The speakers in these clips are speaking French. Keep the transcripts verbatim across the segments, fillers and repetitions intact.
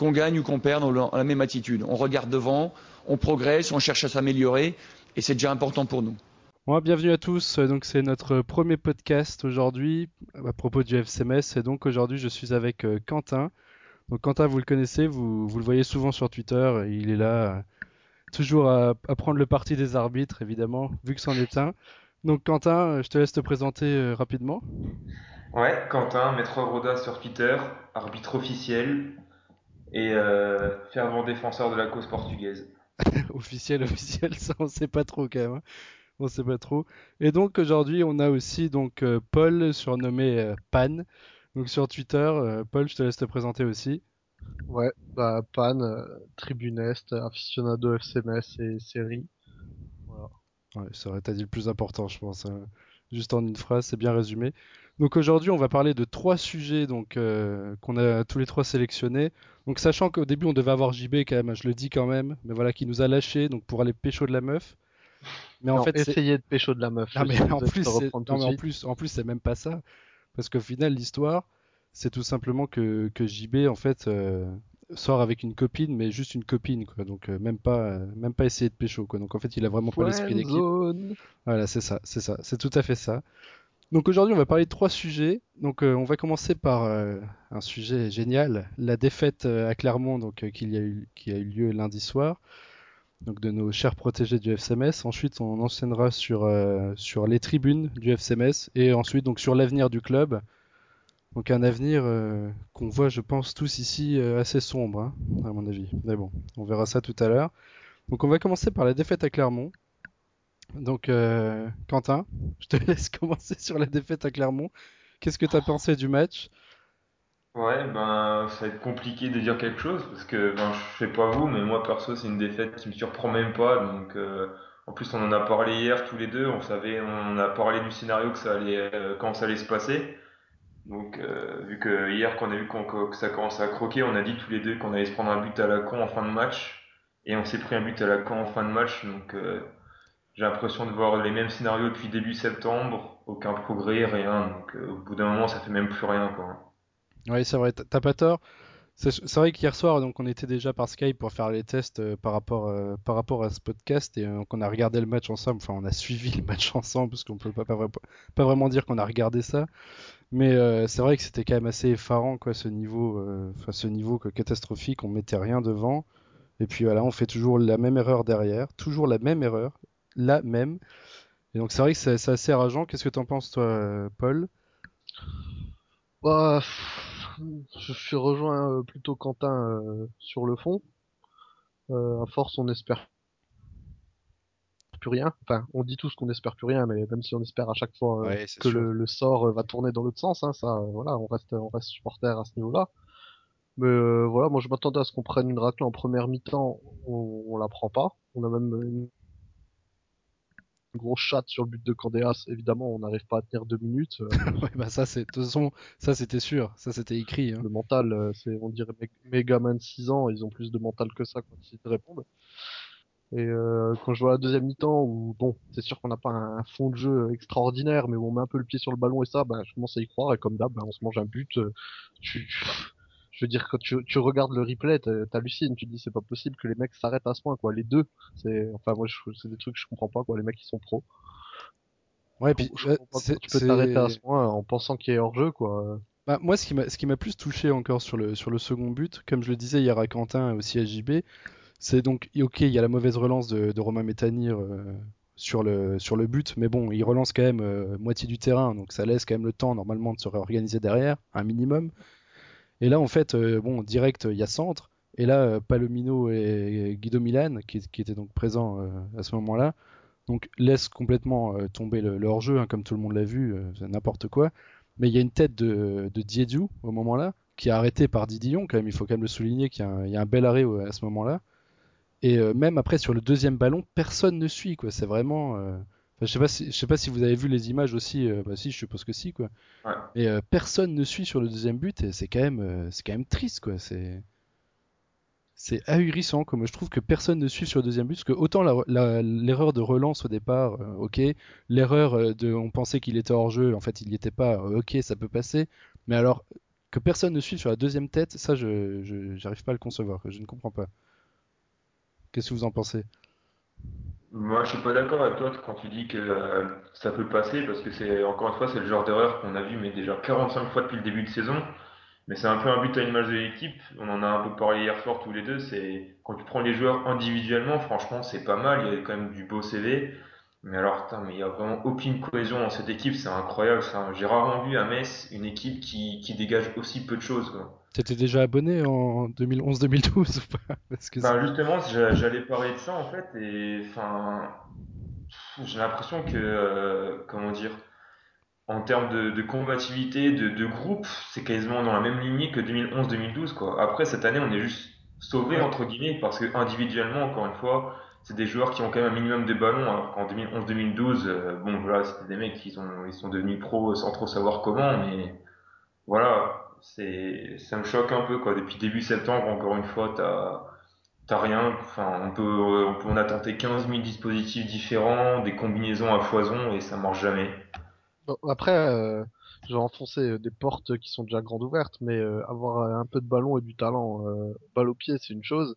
Qu'on gagne ou qu'on perde, on a la même attitude. On regarde devant, on progresse, on cherche à s'améliorer et c'est déjà important pour nous. Bon, bienvenue à tous. Donc c'est notre premier podcast aujourd'hui à propos du F C Metz. Et donc aujourd'hui je suis avec euh, Quentin. Donc Quentin, vous le connaissez, vous, vous le voyez souvent sur Twitter. Il est là euh, toujours à, à prendre le parti des arbitres, évidemment, vu que c'en est un. Donc Quentin, euh, je te laisse te présenter euh, rapidement. Ouais, Quentin, maître Roda sur Twitter, arbitre officiel et euh, fervent défenseur de la cause portugaise. Officiel, officiel, ça on sait pas trop quand même, hein. On sait pas trop. Et donc aujourd'hui on a aussi donc euh, Paul surnommé euh, Pan. Donc sur Twitter, euh, Paul, je te laisse te présenter aussi. Ouais, bah Pan, euh, Tribunest, aficionado F C Metz et série. Voilà. Ouais, ça aurait été dit le plus important, je pense, hein. Juste en une phrase, c'est bien résumé. Donc aujourd'hui, on va parler de trois sujets donc euh, qu'on a tous les trois sélectionnés. Donc sachant qu'au début, on devait avoir J B quand même, hein, je le dis quand même, mais voilà, qui nous a lâchés donc pour aller pécho de la meuf. Mais en Non, fait, c'est essayez de pécho de la meuf, non je mais suis en désolé de plus, te c'est reprendre tout non de mais en suite. plus, en plus, c'est même pas ça, parce qu'au final, l'histoire, c'est tout simplement que que J B en fait euh, sort avec une copine, mais juste une copine quoi. Donc euh, même pas euh, même pas essayer de pécho quoi. Donc en fait, il a vraiment pas l'esprit d'équipe. Friendzone. Voilà, c'est ça, c'est ça, c'est tout à fait ça. Donc aujourd'hui, on va parler de trois sujets. Donc euh, on va commencer par euh, un sujet génial, la défaite euh, à Clermont, donc euh, qu'il y a eu, qui a eu lieu lundi soir, donc de nos chers protégés du F C Metz. Ensuite, on enchaînera sur euh, sur les tribunes du F C Metz et ensuite donc sur l'avenir du club. Donc un avenir euh, qu'on voit, je pense, tous ici euh, assez sombre, hein, à mon avis. Mais bon, on verra ça tout à l'heure. Donc on va commencer par la défaite à Clermont. Donc, euh, Quentin, je te laisse commencer sur la défaite à Clermont. Qu'est-ce que tu as pensé du match? Ouais, ben ça va être compliqué de dire quelque chose parce que ben je sais pas vous, mais moi perso c'est une défaite qui me surprend même pas. Donc euh, en plus on en a parlé hier tous les deux, on savait, on a parlé du scénario que ça allait, euh, quand ça allait se passer. Donc euh, vu que hier qu'on a vu qu'on- que ça commençait à croquer, on a dit tous les deux qu'on allait se prendre un but à la con en fin de match et on s'est pris un but à la con en fin de match. Donc euh, j'ai l'impression de voir les mêmes scénarios depuis début septembre, aucun progrès, rien. Donc euh, au bout d'un moment, ça fait même plus rien, quoi. Oui, c'est vrai, t'as pas tort. C'est c'est vrai qu'hier soir, donc on était déjà par Skype pour faire les tests euh, par rapport euh, par rapport à ce podcast et euh, donc on a regardé le match ensemble. Enfin, on a suivi le match ensemble parce qu'on peut pas, pas, vra- pas vraiment dire qu'on a regardé ça. Mais euh, c'est vrai que c'était quand même assez effarant quoi, ce niveau, euh, enfin ce niveau quoi, catastrophique. On mettait rien devant et puis voilà, on fait toujours la même erreur derrière, toujours la même erreur, la même. Et donc c'est vrai que c'est c'est assez rageant. Qu'est-ce que t'en penses toi, euh, Paul? Bah, pff, je suis rejoint euh, plutôt Quentin euh, sur le fond. Euh, à force, on espère plus rien. Enfin, on dit tous qu'on espère plus rien, mais même si on espère à chaque fois euh, Ouais, c'est que sûr. le, le sort euh, va tourner dans l'autre sens, hein, ça, euh, voilà, on reste, on reste supporter à ce niveau-là. Mais euh, voilà, moi je m'attendais à ce qu'on prenne une raclée en première mi-temps, on, on la prend pas. On a même une grosse chatte sur le but de Candéas, évidemment, on n'arrive pas à tenir deux minutes. Euh, Ouais, bah ça c'est de toute façon ça c'était sûr, ça c'était écrit, hein. le mental, euh, c'est, on dirait mes, mes gamins de six ans, ils ont plus de mental que ça quand ils te répondent. Et euh, quand je vois la deuxième mi-temps, où bon, c'est sûr qu'on n'a pas un fond de jeu extraordinaire, mais où on met un peu le pied sur le ballon et ça, bah, je commence à y croire. Et comme d'hab, bah, on se mange un but. euh, tu, tu- je veux dire, quand tu, tu regardes le replay, t'ha- t'hallucines. Tu te dis, c'est pas possible que les mecs s'arrêtent à ce point, quoi. Les deux, c'est, enfin, moi, je- c'est des trucs que je comprends pas, quoi. Les mecs, ils sont pros. Je, Ouais, com- puis je euh, comprends pas c'est comment tu peux t'arrêter à ce c'est point en pensant qu'il y a hors-jeu, quoi. bah, moi ce qui m'a ce qui m'a plus touché encore sur le sur le second but, comme je le disais hier à Quentin et aussi à J B, c'est donc OK, il y a la mauvaise relance de, de Romain Métanire euh, sur le sur le but, mais bon, il relance quand même euh, moitié du terrain, donc ça laisse quand même le temps normalement de se réorganiser derrière, un minimum. Et là en fait, euh, bon, direct, il y a centre. Et là, euh, Palomino et Guido Milan, qui, qui étaient donc présents euh, à ce moment-là, donc laisse complètement euh, tomber le, le hors-jeu, hein, comme tout le monde l'a vu, euh, c'est n'importe quoi. Mais il y a une tête de, de Diédhiou au moment-là, qui est arrêté par Didillon, quand même, il faut quand même le souligner qu'il y a un, il y a un bel arrêt au- à ce moment-là. Et euh, même après, sur le deuxième ballon, personne ne suit, quoi. C'est vraiment. euh, enfin, je sais pas si, je sais pas si vous avez vu les images aussi. euh, bah si, je suppose que si, quoi. Ouais. Mais euh, personne ne suit sur le deuxième but, et c'est quand même, euh, c'est quand même triste, quoi. C'est, c'est ahurissant, comme je trouve que personne ne suit sur le deuxième but, parce que autant la- la- l'erreur de relance au départ, euh, ok, l'erreur euh, de, on pensait qu'il était hors jeu, en fait il n'y était pas, euh, ok, ça peut passer, mais alors que personne ne suive sur la deuxième tête, ça, je, je j'arrive pas à le concevoir. Je ne comprends pas. Qu'est-ce que vous en pensez? Moi, je suis pas d'accord avec toi quand tu dis que euh, ça peut passer, parce que c'est, encore une fois, c'est le genre d'erreur qu'on a vu, mais déjà quarante-cinq fois depuis le début de saison. Mais c'est un peu un but à l'image de l'équipe. On en a un peu parlé hier soir tous les deux. C'est quand tu prends les joueurs individuellement, franchement, c'est pas mal. Il y a quand même du beau C V. Mais alors, putain, mais il y a vraiment aucune cohésion dans cette équipe. C'est incroyable. Ça. J'ai rarement vu à Metz une équipe qui, qui dégage aussi peu de choses, quoi. T'étais déjà abonné en deux mille onze deux mille douze ou pas? Parce que c'est- Ben justement, j'a- j'allais parler de ça en fait, et enfin, j'ai l'impression que, euh, comment dire, en termes de, de combativité, de, de groupe, c'est quasiment dans la même lignée que deux mille onze deux mille douze, quoi. Après, cette année, on est juste sauvé, Ouais. entre guillemets, parce que individuellement, encore une fois, c'est des joueurs qui ont quand même un minimum de ballons, alors qu'en deux mille onze deux mille douze, euh, bon, voilà, c'était des mecs qui sont, ils sont devenus pros sans trop savoir comment, mais voilà, c'est, ça me choque un peu, quoi. Depuis début septembre, encore une fois, t'as, t'as rien, enfin, on peut, on peut, on a tenté quinze mille dispositifs différents, des combinaisons à foison, et ça marche jamais. Bon, après, euh, je vais enfoncer euh, des portes qui sont déjà grandes ouvertes, mais euh, avoir euh, un peu de ballon et du talent, euh, balle au pied, c'est une chose.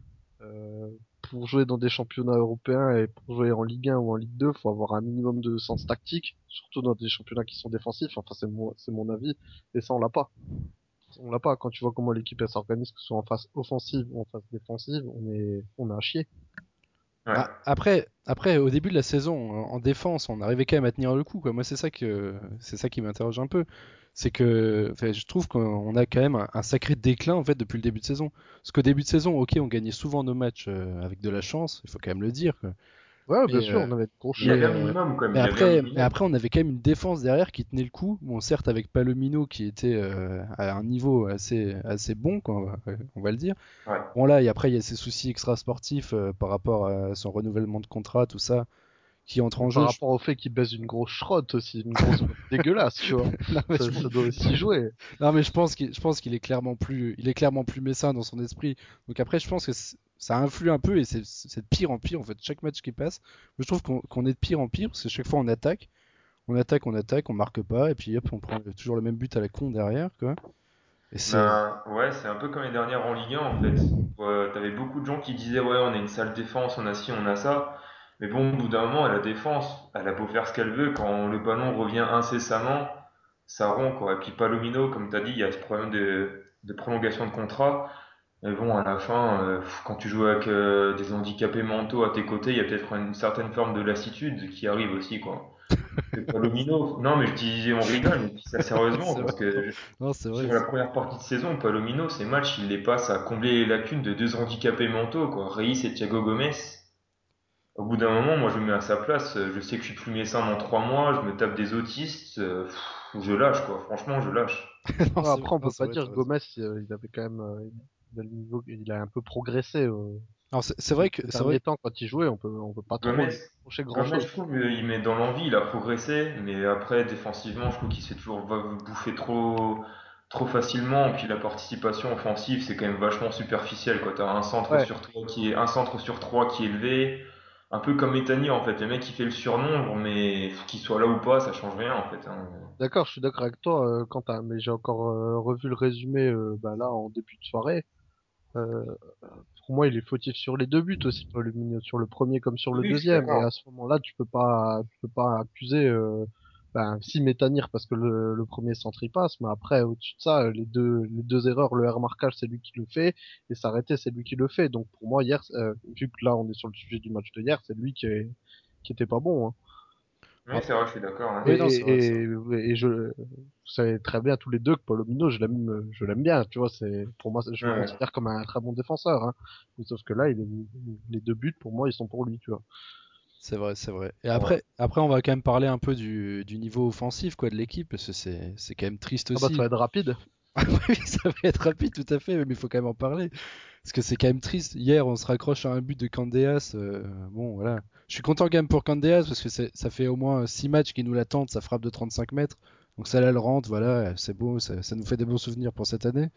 Euh, pour jouer dans des championnats européens et pour jouer en Ligue un ou en Ligue deux, faut avoir un minimum de sens tactique, surtout dans des championnats qui sont défensifs. Enfin, c'est mon, c'est mon avis, et ça on l'a pas. On l'a pas. Quand tu vois comment l'équipe elle s'organise, que ce soit en phase offensive ou en phase défensive, on est, on est à chier. Ouais. Bah, après, après, au début de la saison, en en défense, on arrivait quand même à tenir le coup, quoi. Moi, c'est ça que, c'est ça qui m'interroge un peu. C'est que, enfin, je trouve qu'on a quand même un, un sacré déclin en fait depuis le début de saison. Parce qu'au début de saison, ok, on gagnait souvent nos matchs euh, avec de la chance, il faut quand même le dire, quoi. Ouais, bien Mais, sûr, euh, on avait de gros Il y mais, avait un chocs. euh, minimum, quand même, mais il y avait un après, mais minimum. après, on avait quand même une défense derrière qui tenait le coup. Bon, certes, avec Palomino qui était euh, à un niveau assez, assez bon, quoi, on va, on va le dire. Ouais. Bon là, et après il y a ces soucis extra-sportifs euh, par rapport à son renouvellement de contrat, tout ça, qui entre Mais en par jeu. Je- rapport au fait qu'il baise une grosse shrotte aussi, une grosse meuf dégueulasse, tu vois. non, mais Ça, je, ça doit aussi jouer. non, mais je pense qu'il, je pense qu'il est clairement plus, il est clairement plus messin dans son esprit. Donc après, je pense que c- ça influe un peu et c'est, c'est de pire en pire en fait. Chaque match qui passe, je trouve qu'on, qu'on est de pire en pire parce que chaque fois on attaque, on attaque, on attaque, on marque pas et puis hop, on prend le- toujours le même but à la con derrière, quoi. Et c'est, Ben, ouais, c'est un peu comme les dernières en Ligue un, en fait. Ouais, t'avais beaucoup de gens qui disaient, ouais, on a une sale défense, on a ci, on a ça. Mais bon, au bout d'un moment, la défense, elle a beau faire ce qu'elle veut, quand le ballon revient incessamment, ça rompt, quoi. Et puis Palomino, comme t'as dit, il y a ce problème de, de prolongation de contrat. Mais bon, à la fin, euh, quand tu joues avec euh, des handicapés mentaux à tes côtés, il y a peut-être une certaine forme de lassitude qui arrive aussi, quoi. Que Palomino, non, mais je dis, on rigole, mais je dis ça sérieusement, c'est vrai. parce que je- Non, c'est vrai. sur la première partie de saison, Palomino, ses matchs, il les passe à combler les lacunes de deux handicapés mentaux, quoi. Reis et Thiago Gomes. Au bout d'un moment, moi, je me mets à sa place, euh, je sais que je suis plus médecin dans trois mois, je me tape des autistes, euh, pff, je lâche, quoi. Franchement, je lâche. non, Ouais, c'est vrai, après, on non, peut c'est pas vrai, dire t'as que raison. Gomez, euh, il avait quand même, euh, il a le niveau, il a un peu progressé. euh, Alors c'est c'est ces, vrai que, ces c'est vrai. derniers temps, quand il jouait, on peut, on peut pas trop Gomez, lui reprocher grand Gomez, chose. je trouve, euh, il met dans l'envie, il a progressé, mais après, défensivement, je trouve qu'il s'est toujours va- bouffer trop, trop facilement. Puis la participation offensive, c'est quand même vachement superficiel, quoi. T'as un centre Ouais, sur trois qui est, un centre sur trois qui est élevé. Un peu comme Etani, en fait. Le mec, il fait le surnombre, mais qu'il soit là ou pas, ça change rien, en fait, hein. d'accord, je suis d'accord avec toi, euh, Quentin, mais j'ai encore euh, revu le résumé euh, bah, là en début de soirée. Euh, pour moi, il est fautif sur les deux buts aussi, Paul Aluminium, sur le premier comme sur Oui, le oui, je suis deuxième. Et à d'accord. ce moment-là, tu peux pas, tu peux pas accuser, euh, ben, si Métanire parce que le, le premier centre il passe, mais après au-dessus de ça, les deux, les deux erreurs, le remarquage c'est lui qui le fait et s'arrêter c'est lui qui le fait. Donc pour moi hier, euh, vu que là on est sur le sujet du match de hier, c'est lui qui est, qui était pas bon. Hein. Oui, Ah, c'est vrai, je suis d'accord, oui, hein. non, c'est Et, vrai, c'est vrai. et, et, et je, vous savez très bien tous les deux que Palomino, je l'aime, je l'aime bien, tu vois, c'est, pour moi, je Ouais, le ouais. considère comme un très bon défenseur, hein. Mais sauf que là, il est, les deux buts, pour moi, ils sont pour lui, tu vois. C'est vrai, c'est vrai. Et Ouais. après, après, on va quand même parler un peu du, du niveau offensif quoi, de l'équipe, parce que c'est, c'est quand même triste Ah bah, ça aussi. va être rapide. Ah oui, ça va être rapide, tout à fait, mais il faut quand même en parler. Parce que c'est quand même triste. Hier, on se raccroche à un but de Candeas. euh, bon, voilà. Je suis content quand même pour Candeas, parce que c'est- ça fait au moins six matchs qu'il nous l'attendent, ça frappe de trente-cinq mètres. Donc ça là le rentre, voilà, c'est beau, ça, ça nous fait des bons souvenirs pour cette année.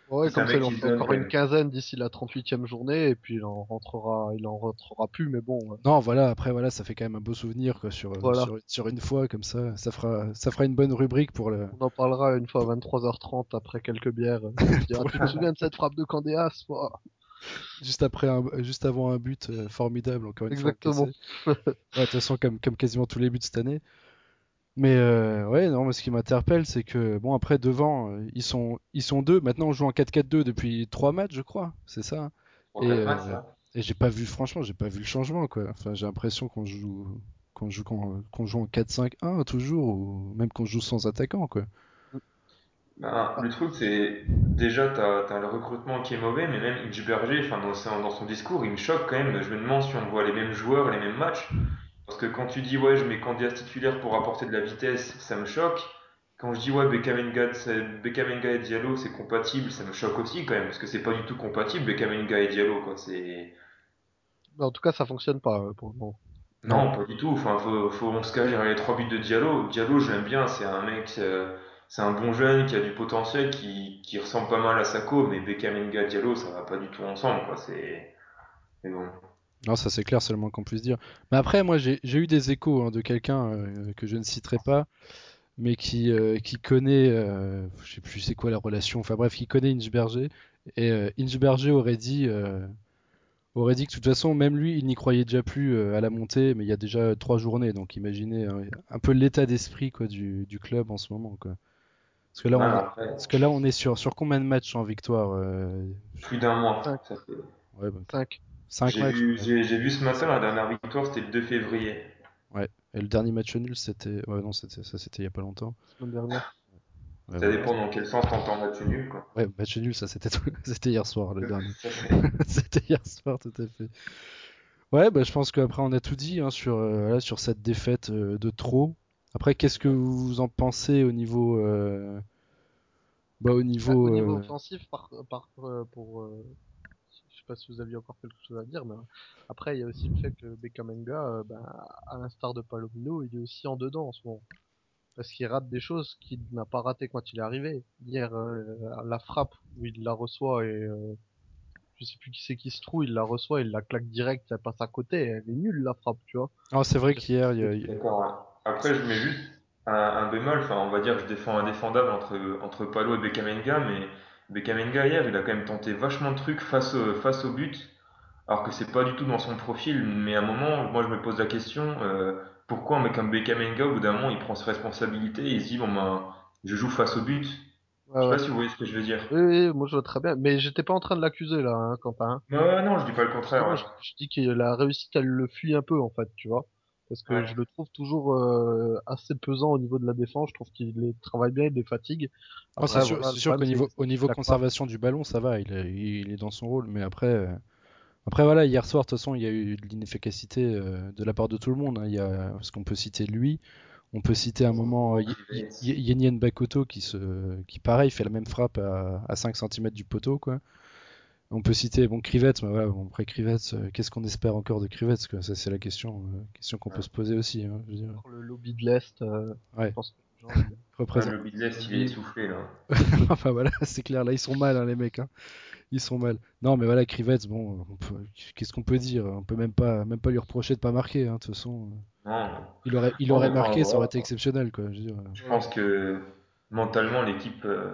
Ouais, C'est un comme ça, mec il en qui se fait donne encore quand une même. quinzaine d'ici la trente-huitième journée, et puis il en rentrera, il en rentrera plus, mais bon, euh, Non, voilà, après, voilà, ça fait quand même un beau souvenir quoi, sur, euh, voilà. sur, sur une fois, comme ça. Ça fera, ça fera une bonne rubrique pour le. On en parlera une fois à vingt-trois heures trente après quelques bières. On se dira, pour- tu te souviens de cette frappe de Candéas? Ouah. juste, après un- juste avant un but euh, formidable, encore une fois, Exactement. encaissé. Ouais, de toute façon, comme, comme quasiment tous les buts cette année. Mais euh, ouais, non, moi, ce qui m'interpelle, c'est que, bon, après, devant, euh, ils sont, ils sont deux. Maintenant, on joue en quatre quatre deux depuis trois matchs, je crois. C'est ça, hein. Trois Et, quatre matchs, euh, là. et j'ai pas vu, franchement, j'ai pas vu le changement, quoi. Enfin, j'ai l'impression qu'on joue, qu'on joue, qu'on, qu'on joue en quatre cinq un toujours, ou même qu'on joue sans attaquant, quoi. Ben, Ah, le truc, c'est déjà, t'as, t'as le recrutement qui est mauvais, mais même Inge Berger, enfin, dans, son- dans son discours, il me choque quand même. Je me demande si on voit les mêmes joueurs, les mêmes matchs. Parce que quand tu dis, ouais, je mets Candias titulaire pour apporter de la vitesse, ça me choque. Quand je dis, ouais, Bekamenga, c'est- Bekamenga et Diallo, c'est compatible, ça me choque aussi quand même. Parce que c'est pas du tout compatible, Bekamenga et Diallo, quoi. C'est, en tout cas, ça fonctionne pas euh, pour le moment. Non. non, pas du tout. Enfin, faut, faut, on se cache derrière les trois buts de Diallo. Diallo, je l'aime bien. C'est un mec, euh, c'est un bon jeune qui a du potentiel, qui, qui ressemble pas mal à Sako, mais Bekamenga, Diallo, ça va pas du tout ensemble, quoi. C'est, mais bon. Non, ça c'est clair, c'est le moins qu'on puisse dire. Mais après, moi, j'ai j'ai eu des échos hein, de quelqu'un euh, que je ne citerai pas, mais qui, euh, qui connaît, euh, je sais plus c'est quoi la relation, enfin bref, qui connaît Inge Berger. Et euh, Inge Berger aurait dit, euh, aurait dit que de toute façon, même lui, il n'y croyait déjà plus euh, à la montée, mais il y a déjà trois journées. Donc imaginez hein, un peu l'état d'esprit quoi du, du club en ce moment, quoi. Parce que là, Ouais, on est, après, parce que là, on est sur, sur combien de matchs en victoire euh, plus d'un mois. Cinq. Ça fait. ouais, bah, Cinq. cinq J'ai matchs. vu, Ouais. j'ai, j'ai vu ce matin, la dernière victoire, c'était le deux février. Ouais. Et le dernier match nul, c'était. Ouais, non, c'était ça, c'était il y a pas longtemps. Semaine dernière. Ouais, Ça voilà. dépend dans quel sens t'entends match nul, quoi. Ouais, match nul, ça c'était c'était hier soir le dernier. Ça, c'est- C'était hier soir, tout à fait. Ouais, bah je pense qu'après on a tout dit hein, sur euh, voilà, sur cette défaite euh, de trop. Après, qu'est-ce que vous en pensez au niveau euh, bah au Ah, au niveau niveau euh, offensif, par, par, euh, pour, euh, je sais pas si vous aviez encore quelque chose à dire, mais euh, après, il y a aussi le fait que Bekamenga, euh, ben, à l'instar de Palomino, il est aussi en dedans en ce moment. Parce qu'il rate des choses qu'il n'a pas raté quand il est arrivé. Hier, euh, la frappe où il la reçoit et euh, je sais plus qui c'est qui se trouve, il la reçoit, il la claque direct, elle passe à côté, elle est nulle la frappe, tu vois. Ah, c'est vrai Je veux dire, qu'hier il y c'est- a- il y a- D'accord, ouais. Après, je mets juste un, un bémol, enfin, on va dire que je défends indéfendable entre, entre Palo et Bekamenga, mais Bekamenga hier, il a quand même tenté vachement de trucs face au, face au but, alors que c'est pas du tout dans son profil, mais à un moment, moi je me pose la question, euh, pourquoi un mec comme Bekamenga, au bout d'un moment, il prend ses responsabilités et il se dit, bon ben, je joue face au but. Ouais, Je sais ouais. pas si vous voyez ce que je veux dire. Oui, oui, moi je vois très bien. Mais j'étais pas en train de l'accuser là, hein, Quentin. Ouais, ouais, non, je dis pas le contraire, Justement, ouais. je, je dis que la réussite, elle le fuit un peu en fait, tu vois. Parce que je Ouais. le trouve toujours euh, assez pesant au niveau de la défense. Je trouve qu'il les travaille bien, il les fatigue. Ah, c'est Après, sûr, voilà, c'est le sûr problème qu'au c'est niveau c'est au qu'il niveau claque pas. conservation du ballon, ça va, il est, il est dans son rôle, mais après euh, après voilà, hier soir de toute façon, il y a eu de l'inefficacité euh, de la part de tout le monde, hein. Il y a parce qu'on peut citer lui. On peut citer un moment euh, Ye- Ye- Yenien Bakoto qui, se, qui pareil fait la même frappe à, à cinq centimètres du poteau quoi. On peut citer bon Krivets, mais voilà, bon, après Krivets, euh, qu'est-ce qu'on espère encore de Krivets quoi. Ça c'est la question, euh, question qu'on peut se poser aussi. Hein, je veux dire. Pour le lobby de l'Est, euh, je Ouais, pense que les gens, ils, Ouais, représente. le Bidlest, il est ils- essoufflé, là. Enfin voilà, c'est clair, là ils sont mal hein, les mecs. Hein. Ils sont mal. Non mais voilà Krivets, bon, on peut- qu'est-ce qu'on peut dire? On peut même pas, même pas lui reprocher de pas marquer. Hein, de toute façon, Non, non. il aurait, il Non, mais aurait enfin, marqué, ça aurait voilà. été exceptionnel quoi. Je veux dire. Je pense que mentalement, l'équipe euh,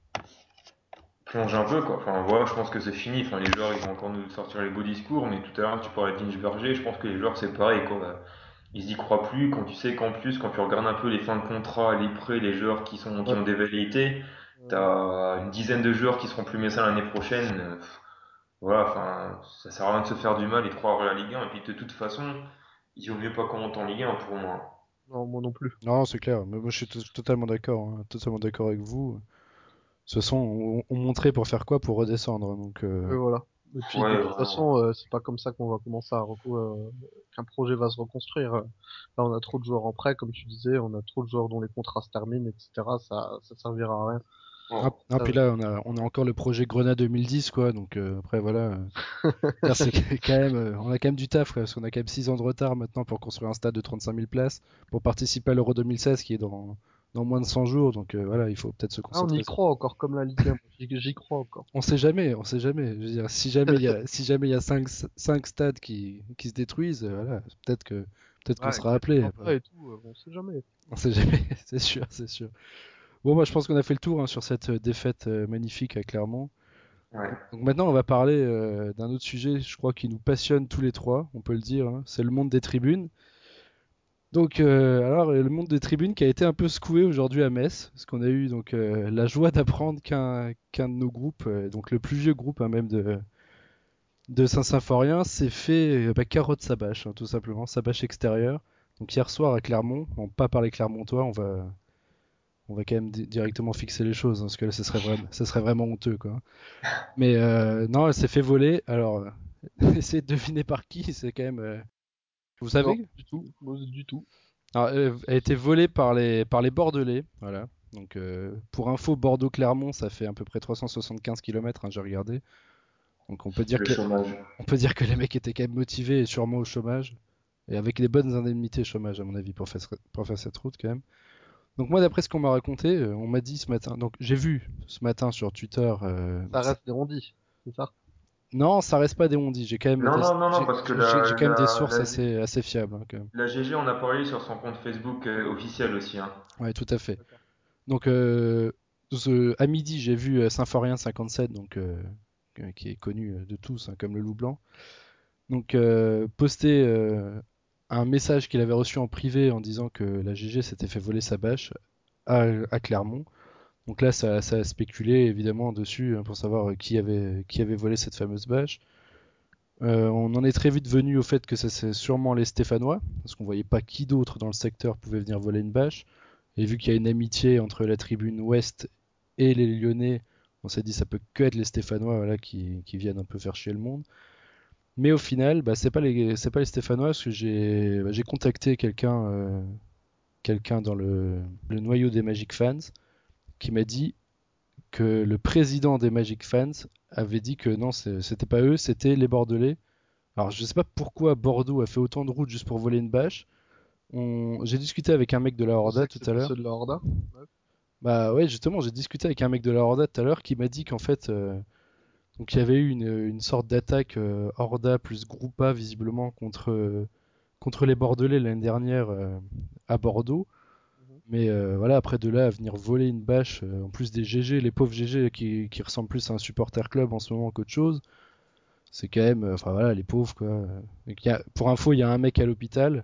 plonge un peu, quoi. Enfin, voilà, je pense que c'est fini. Enfin, les joueurs, ils vont encore nous sortir les beaux discours, mais tout à l'heure, tu parlais d'Inge Berger, je pense que les joueurs, c'est pareil, quoi. Ils y croient plus. Quand tu sais qu'en plus, quand tu regardes un peu les fins de contrat, les prêts, les joueurs qui sont, qui ouais, ont des velléités, euh, t'as une dizaine de joueurs qui seront plus médecins l'année prochaine. Euh, pff, voilà, enfin, ça sert à rien de se faire du mal et de croire à la Ligue un. Et puis, de toute façon, il vaut mieux pas qu'on monte en Ligue un pour moi. non, moi non plus. Non, c'est clair. Mais moi je suis to- totalement d'accord, hein, totalement d'accord avec vous. De toute façon, on, on montrait pour faire quoi? Pour redescendre. Donc, euh, Oui, voilà. Et puis de Ouais, toute vraiment. façon, euh, c'est pas comme ça qu'on va commencer à recou- euh, qu'un projet va se reconstruire. Là, on a trop de joueurs en prêt, comme tu disais, on a trop de joueurs dont les contrats se terminent, et cetera. Ça, ça servira à rien. ah, Ouais. ah, puis Ça, là, on a, on a encore le projet Grenade deux mille dix, quoi. Donc euh, après, voilà. euh, c'est-à-dire, c'est quand même, euh, on a quand même du taf, quoi, parce qu'on a quand même six ans de retard maintenant pour construire un stade de trente-cinq mille places, pour participer à l'Euro deux mille seize qui est dans, dans moins de cent jours, donc euh, voilà, il faut peut-être se Ah, on concentrer. y croit encore, comme la Ligue un. J'y j'y crois encore. On sait jamais, on sait jamais. Je veux dire, si jamais il y a, si jamais il y a cinq, cinq stades qui, qui se détruisent, euh, voilà, peut-être que, peut-être qu'on Ouais, sera avec les appelé. attentats et tout, euh, on sait jamais. On sait jamais, c'est sûr, c'est sûr. Bon, moi, je pense qu'on a fait le tour hein, sur cette euh, défaite euh, magnifique à Clermont. Ouais. Donc maintenant, on va parler euh, d'un autre sujet, je crois, qui nous passionne tous les trois, on peut le dire. Hein, c'est le monde des tribunes. Donc, euh, alors, le monde des tribunes qui a été un peu secoué aujourd'hui à Metz, parce qu'on a eu donc euh, la joie d'apprendre qu'un qu'un de nos groupes, euh, donc le plus vieux groupe hein, même de, de Saint-Symphorien, s'est fait euh, bah, carotte sa bâche, hein, tout simplement, sa bâche extérieure. Donc hier soir à Clermont, on va pas parler clermontois, on va, on va quand même di- directement fixer les choses, hein, parce que là, ce serait vraiment, ce serait vraiment honteux, quoi. Mais euh, non, elle s'est fait voler. Alors, euh, essayez de deviner par qui, c'est quand même. euh, Vous Non, savez? du tout, moi, du tout. Alors, euh, elle a été volée par les, par les Bordelais. Voilà. Donc, euh, pour info, Bordeaux-Clermont, ça fait à peu près trois cent soixante-quinze kilomètres, hein, j'ai regardé. Donc, on peut dire Le que les, chômage. on peut dire que les mecs étaient quand même motivés et sûrement au chômage. Et avec les bonnes indemnités chômage, à mon avis, pour faire, pour faire cette route, quand même. Donc, moi, d'après ce qu'on m'a raconté, euh, on m'a dit ce matin. Donc, j'ai vu ce matin sur Twitter. euh, Ça ça- reste des rondis, c'est ça? Non, ça reste pas des on-dit. J'ai quand même Non, des, non, non, non, j'ai, parce que j'ai- la, j'ai quand même des la, sources la, assez, assez fiables, hein, quand même. la G G en a parlé sur son compte Facebook euh, officiel aussi. Hein. Ouais, tout à fait. D'accord. Donc, euh, ce- à midi, j'ai vu euh, Symphorien cinquante-sept, donc, euh, euh, qui est connu euh, de tous, hein, comme le loup blanc. Donc, euh, poster euh, un message qu'il avait reçu en privé en disant que la G G s'était fait voler sa bâche à, à Clermont. Donc là, ça, ça a spéculé évidemment dessus hein, pour savoir euh, qui avait, qui avait volé cette fameuse bâche. Euh, on en est très vite venu au fait que ça c'est sûrement les Stéphanois, parce qu'on voyait pas qui d'autre dans le secteur pouvait venir voler une bâche. Et vu qu'il y a une amitié entre la tribune ouest et les Lyonnais, on s'est dit ça peut que être les Stéphanois voilà, qui, qui viennent un peu faire chier le monde. Mais au final, bah, c'est pas les c'est pas les Stéphanois parce que j'ai bah, j'ai contacté quelqu'un euh, quelqu'un dans le, le noyau des Magic Fans qui m'a dit que le président des Magic Fans avait dit que non, c'est- c'était pas eux, c'était les Bordelais. Alors je sais pas pourquoi Bordeaux a fait autant de routes juste pour voler une bâche. On... J'ai discuté avec un mec de la Je Horda pensais que tout à c'était l'heure. ceux de la Horda. Ouais. Bah ouais, justement, j'ai discuté avec un mec de la Horda tout à l'heure qui m'a dit qu'en fait, euh, donc il y avait eu une, une sorte d'attaque euh, Horda plus Groupa visiblement contre, euh, contre les Bordelais l'année dernière euh, à Bordeaux. Mhm. Mais euh, voilà, après de là à venir voler une bâche, euh, en plus des G G, les pauvres G G qui, qui ressemblent plus à un supporter club en ce moment qu'autre chose, c'est quand même, euh, enfin voilà, les pauvres quoi. Donc, il y a- pour info, il y a un mec à l'hôpital.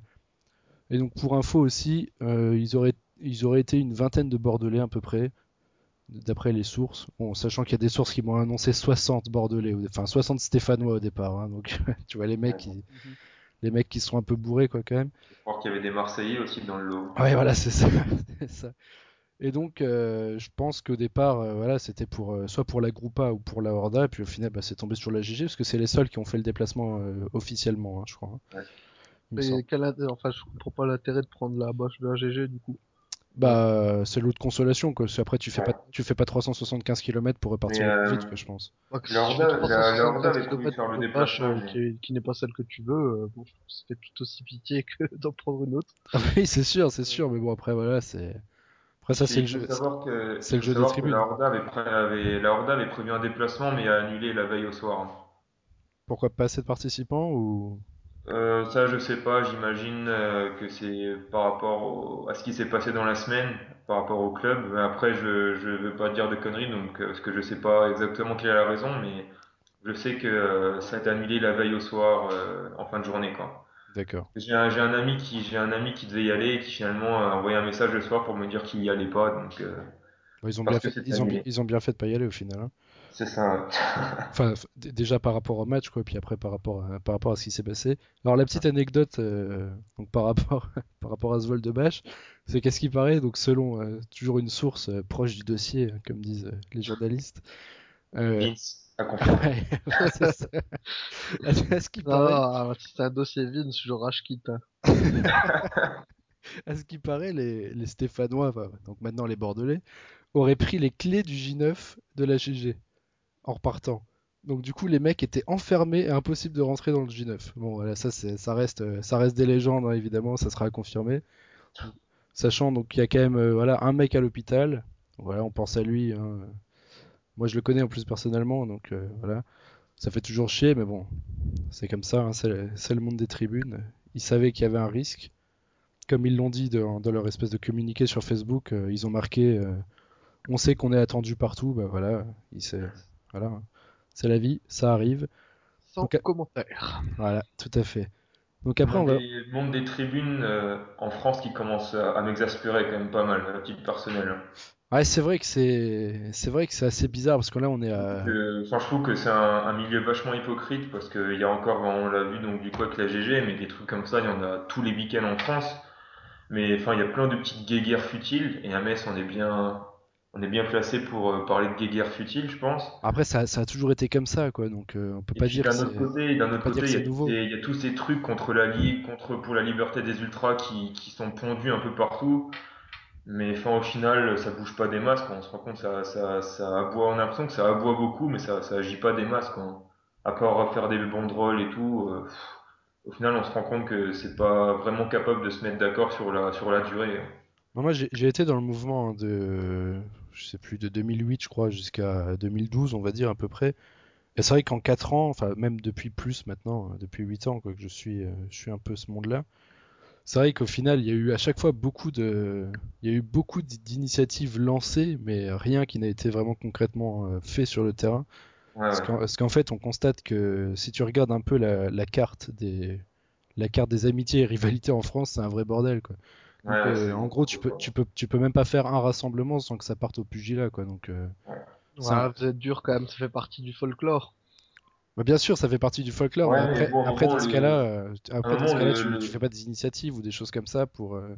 Et donc pour info aussi, euh, ils auraient ils auraient été une vingtaine de Bordelais à peu près, d'après les sources. Bon, sachant qu'il y a des sources qui m'ont annoncé soixante Bordelais, ou- enfin soixante Stéphanois au départ. Hein, donc tu vois les mecs Ouais, bon. qui Mhm. les mecs qui sont un peu bourrés quoi quand même. Je crois qu'il y avait des Marseillais aussi dans le lot. Ouais voilà c'est ça. C'est ça. Et donc euh, je pense qu'au départ euh, voilà c'était pour euh, soit pour la Groupa ou pour la Horda, et puis au final bah, c'est tombé sur la G G parce que c'est les seuls qui ont fait le déplacement euh, officiellement, hein, je crois. Hein, Ouais. il me semble. Mais quel intérêt, enfin, je comprends pas l'intérêt de prendre la bâche de la G G du coup. Voilà. Bah, c'est l'autre consolation, quoi. Parce qu'après, tu fais Ouais. pas, tu fais pas trois cent soixante-quinze kilomètres pour Mais repartir au plus euh, vite, quoi, je pense. Moi, que la si je fais Horda, la, la Horda trois cent soixante-quinze avait prévu de km faire le pour une bâche déplacement, euh, qui, mais est- qui n'est pas celle que tu veux, euh, bon, je trouve que ça fait tout aussi pitié que d'en prendre une autre. Ah oui, c'est sûr, c'est Euh, sûr, mais bon, après, voilà, c'est. Après, il ça, faut, c'est le il faut jeu, savoir que, c'est il le faut jeu des savoir que la tribunes. Horda avait, pré- avait- la Horda avait prévu un déplacement, mais a annulé la veille au soir. Hein. Pourquoi pas assez de participants ou. Euh, ça, je sais pas. J'imagine euh, que c'est par rapport au- à ce qui s'est passé dans la semaine, par rapport au club. Mais après, je je veux pas dire de conneries, donc euh, parce que je sais pas exactement quelle est la raison, mais je sais que euh, ça a été annulé la veille au soir, euh, en fin de journée, quoi. D'accord. J'ai un, j'ai un ami qui j'ai un ami qui devait y aller et qui finalement a envoyé un message le soir pour me dire qu'il y allait pas, donc euh, Bon, ils ont bien parce que fait, c'était ils ont, bi- annulé. ils ont bien fait de pas y aller au final. Hein. C'est ça. Enfin, f- d- déjà par rapport au match, quoi, puis après par rapport à, par rapport à ce qui s'est passé. Alors, la petite anecdote, euh, donc par rapport, par rapport à ce vol de bâche, c'est qu'à ce qui paraît, donc selon euh, toujours une source euh, proche du dossier, hein, comme disent euh, les journalistes, euh, Vince a confirmé. ouais, c'est ça. À ce qui paraît, Ah, si c'est un dossier Vince, je rage quitte. Hein. à ce qui paraît, les, les Stéphanois, enfin, donc maintenant les Bordelais, auraient pris les clés du J neuf de la G G en repartant. Donc du coup, les mecs étaient enfermés et impossible de rentrer dans le J neuf. Bon, voilà, ça, c'est, ça reste, euh, ça reste des légendes, hein, évidemment, ça sera à confirmer. Sachant donc qu'il y a quand même euh, voilà, un mec à l'hôpital. Voilà, on pense à lui. Hein. Moi, je le connais en plus personnellement, donc euh, voilà. Ça fait toujours chier, mais bon, c'est comme ça, hein, c'est, c'est le monde des tribunes. Ils savaient qu'il y avait un risque. Comme ils l'ont dit dans, dans leur espèce de communiqué sur Facebook, euh, ils ont marqué euh, on sait qu'on est attendu partout, bah voilà, il sait, voilà, hein. C'est la vie, ça arrive. Sans Donc, commentaire. voilà, tout à fait. Donc Le après, on monde va. des, le monde des tribunes euh, en France qui commence à, à m'exaspérer quand même pas mal, à titre personnel, hein. Ouais, c'est vrai que c'est, c'est vrai que c'est assez bizarre parce que là, on est à. Que, enfin, je trouve que c'est un, un milieu vachement hypocrite parce qu'il y a encore, on l'a vu donc du coup avec la G G, mais des trucs comme ça, il y en a tous les week-ends en France. Mais enfin, il y a plein de petites guéguerres futiles et à Metz, on est bien, on est bien placé pour euh, parler de guéguerres futiles, je pense. Après, ça, ça a toujours été comme ça, quoi. Donc, euh, on peut Et pas puis dire que d'un c'est, autre côté, d'un on peut autre pas dire côté, que il y c'est a tous nouveau. ces, il y a tous ces trucs contre la Ligue, contre pour la liberté des ultras qui, qui sont pondus un peu partout. Mais enfin, au final, ça bouge pas des masses, quoi. On se rend compte, ça, ça, ça aboie, on a l'impression que ça aboie beaucoup, mais ça, ça agit pas des masses, quoi. À part faire des banderoles et tout, euh, pff, au final, on se rend compte que c'est pas vraiment capable de se mettre d'accord sur la, sur la durée, hein. Non, moi, j'ai j'ai été dans le mouvement hein, de, je sais plus, de deux mille huit, je crois, jusqu'à deux mille douze, on va dire à peu près. Et c'est vrai qu'en quatre ans, enfin même depuis plus maintenant, hein, depuis huit ans quoi, que je suis, euh, je suis un peu ce monde-là. C'est vrai qu'au final, il y a eu à chaque fois beaucoup de, il y a eu beaucoup d- d'initiatives lancées, mais rien qui n'a été vraiment concrètement euh, fait sur le terrain. Ouais, Parce ouais. qu'en, parce qu'en fait, on constate que si tu regardes un peu la, la carte des, la carte des amitiés et rivalités en France, c'est un vrai bordel, quoi. Ouais, Donc, ouais, euh, c'est en gros, n'importe tu peux, quoi. tu peux, tu peux même pas faire un rassemblement sans que ça parte au pugilat, quoi. Donc, euh, Ouais. c'est un- Voilà, vous êtes dur quand même, ça fait partie du folklore. bah, bien sûr, ça fait partie du folklore, mais Ouais, mais après, bon, à un après moment, dans ce cas-là, le, euh, à un après dans ce moment, cas-là, le, tu, tu fais le, pas des initiatives ou des choses comme ça pour, euh,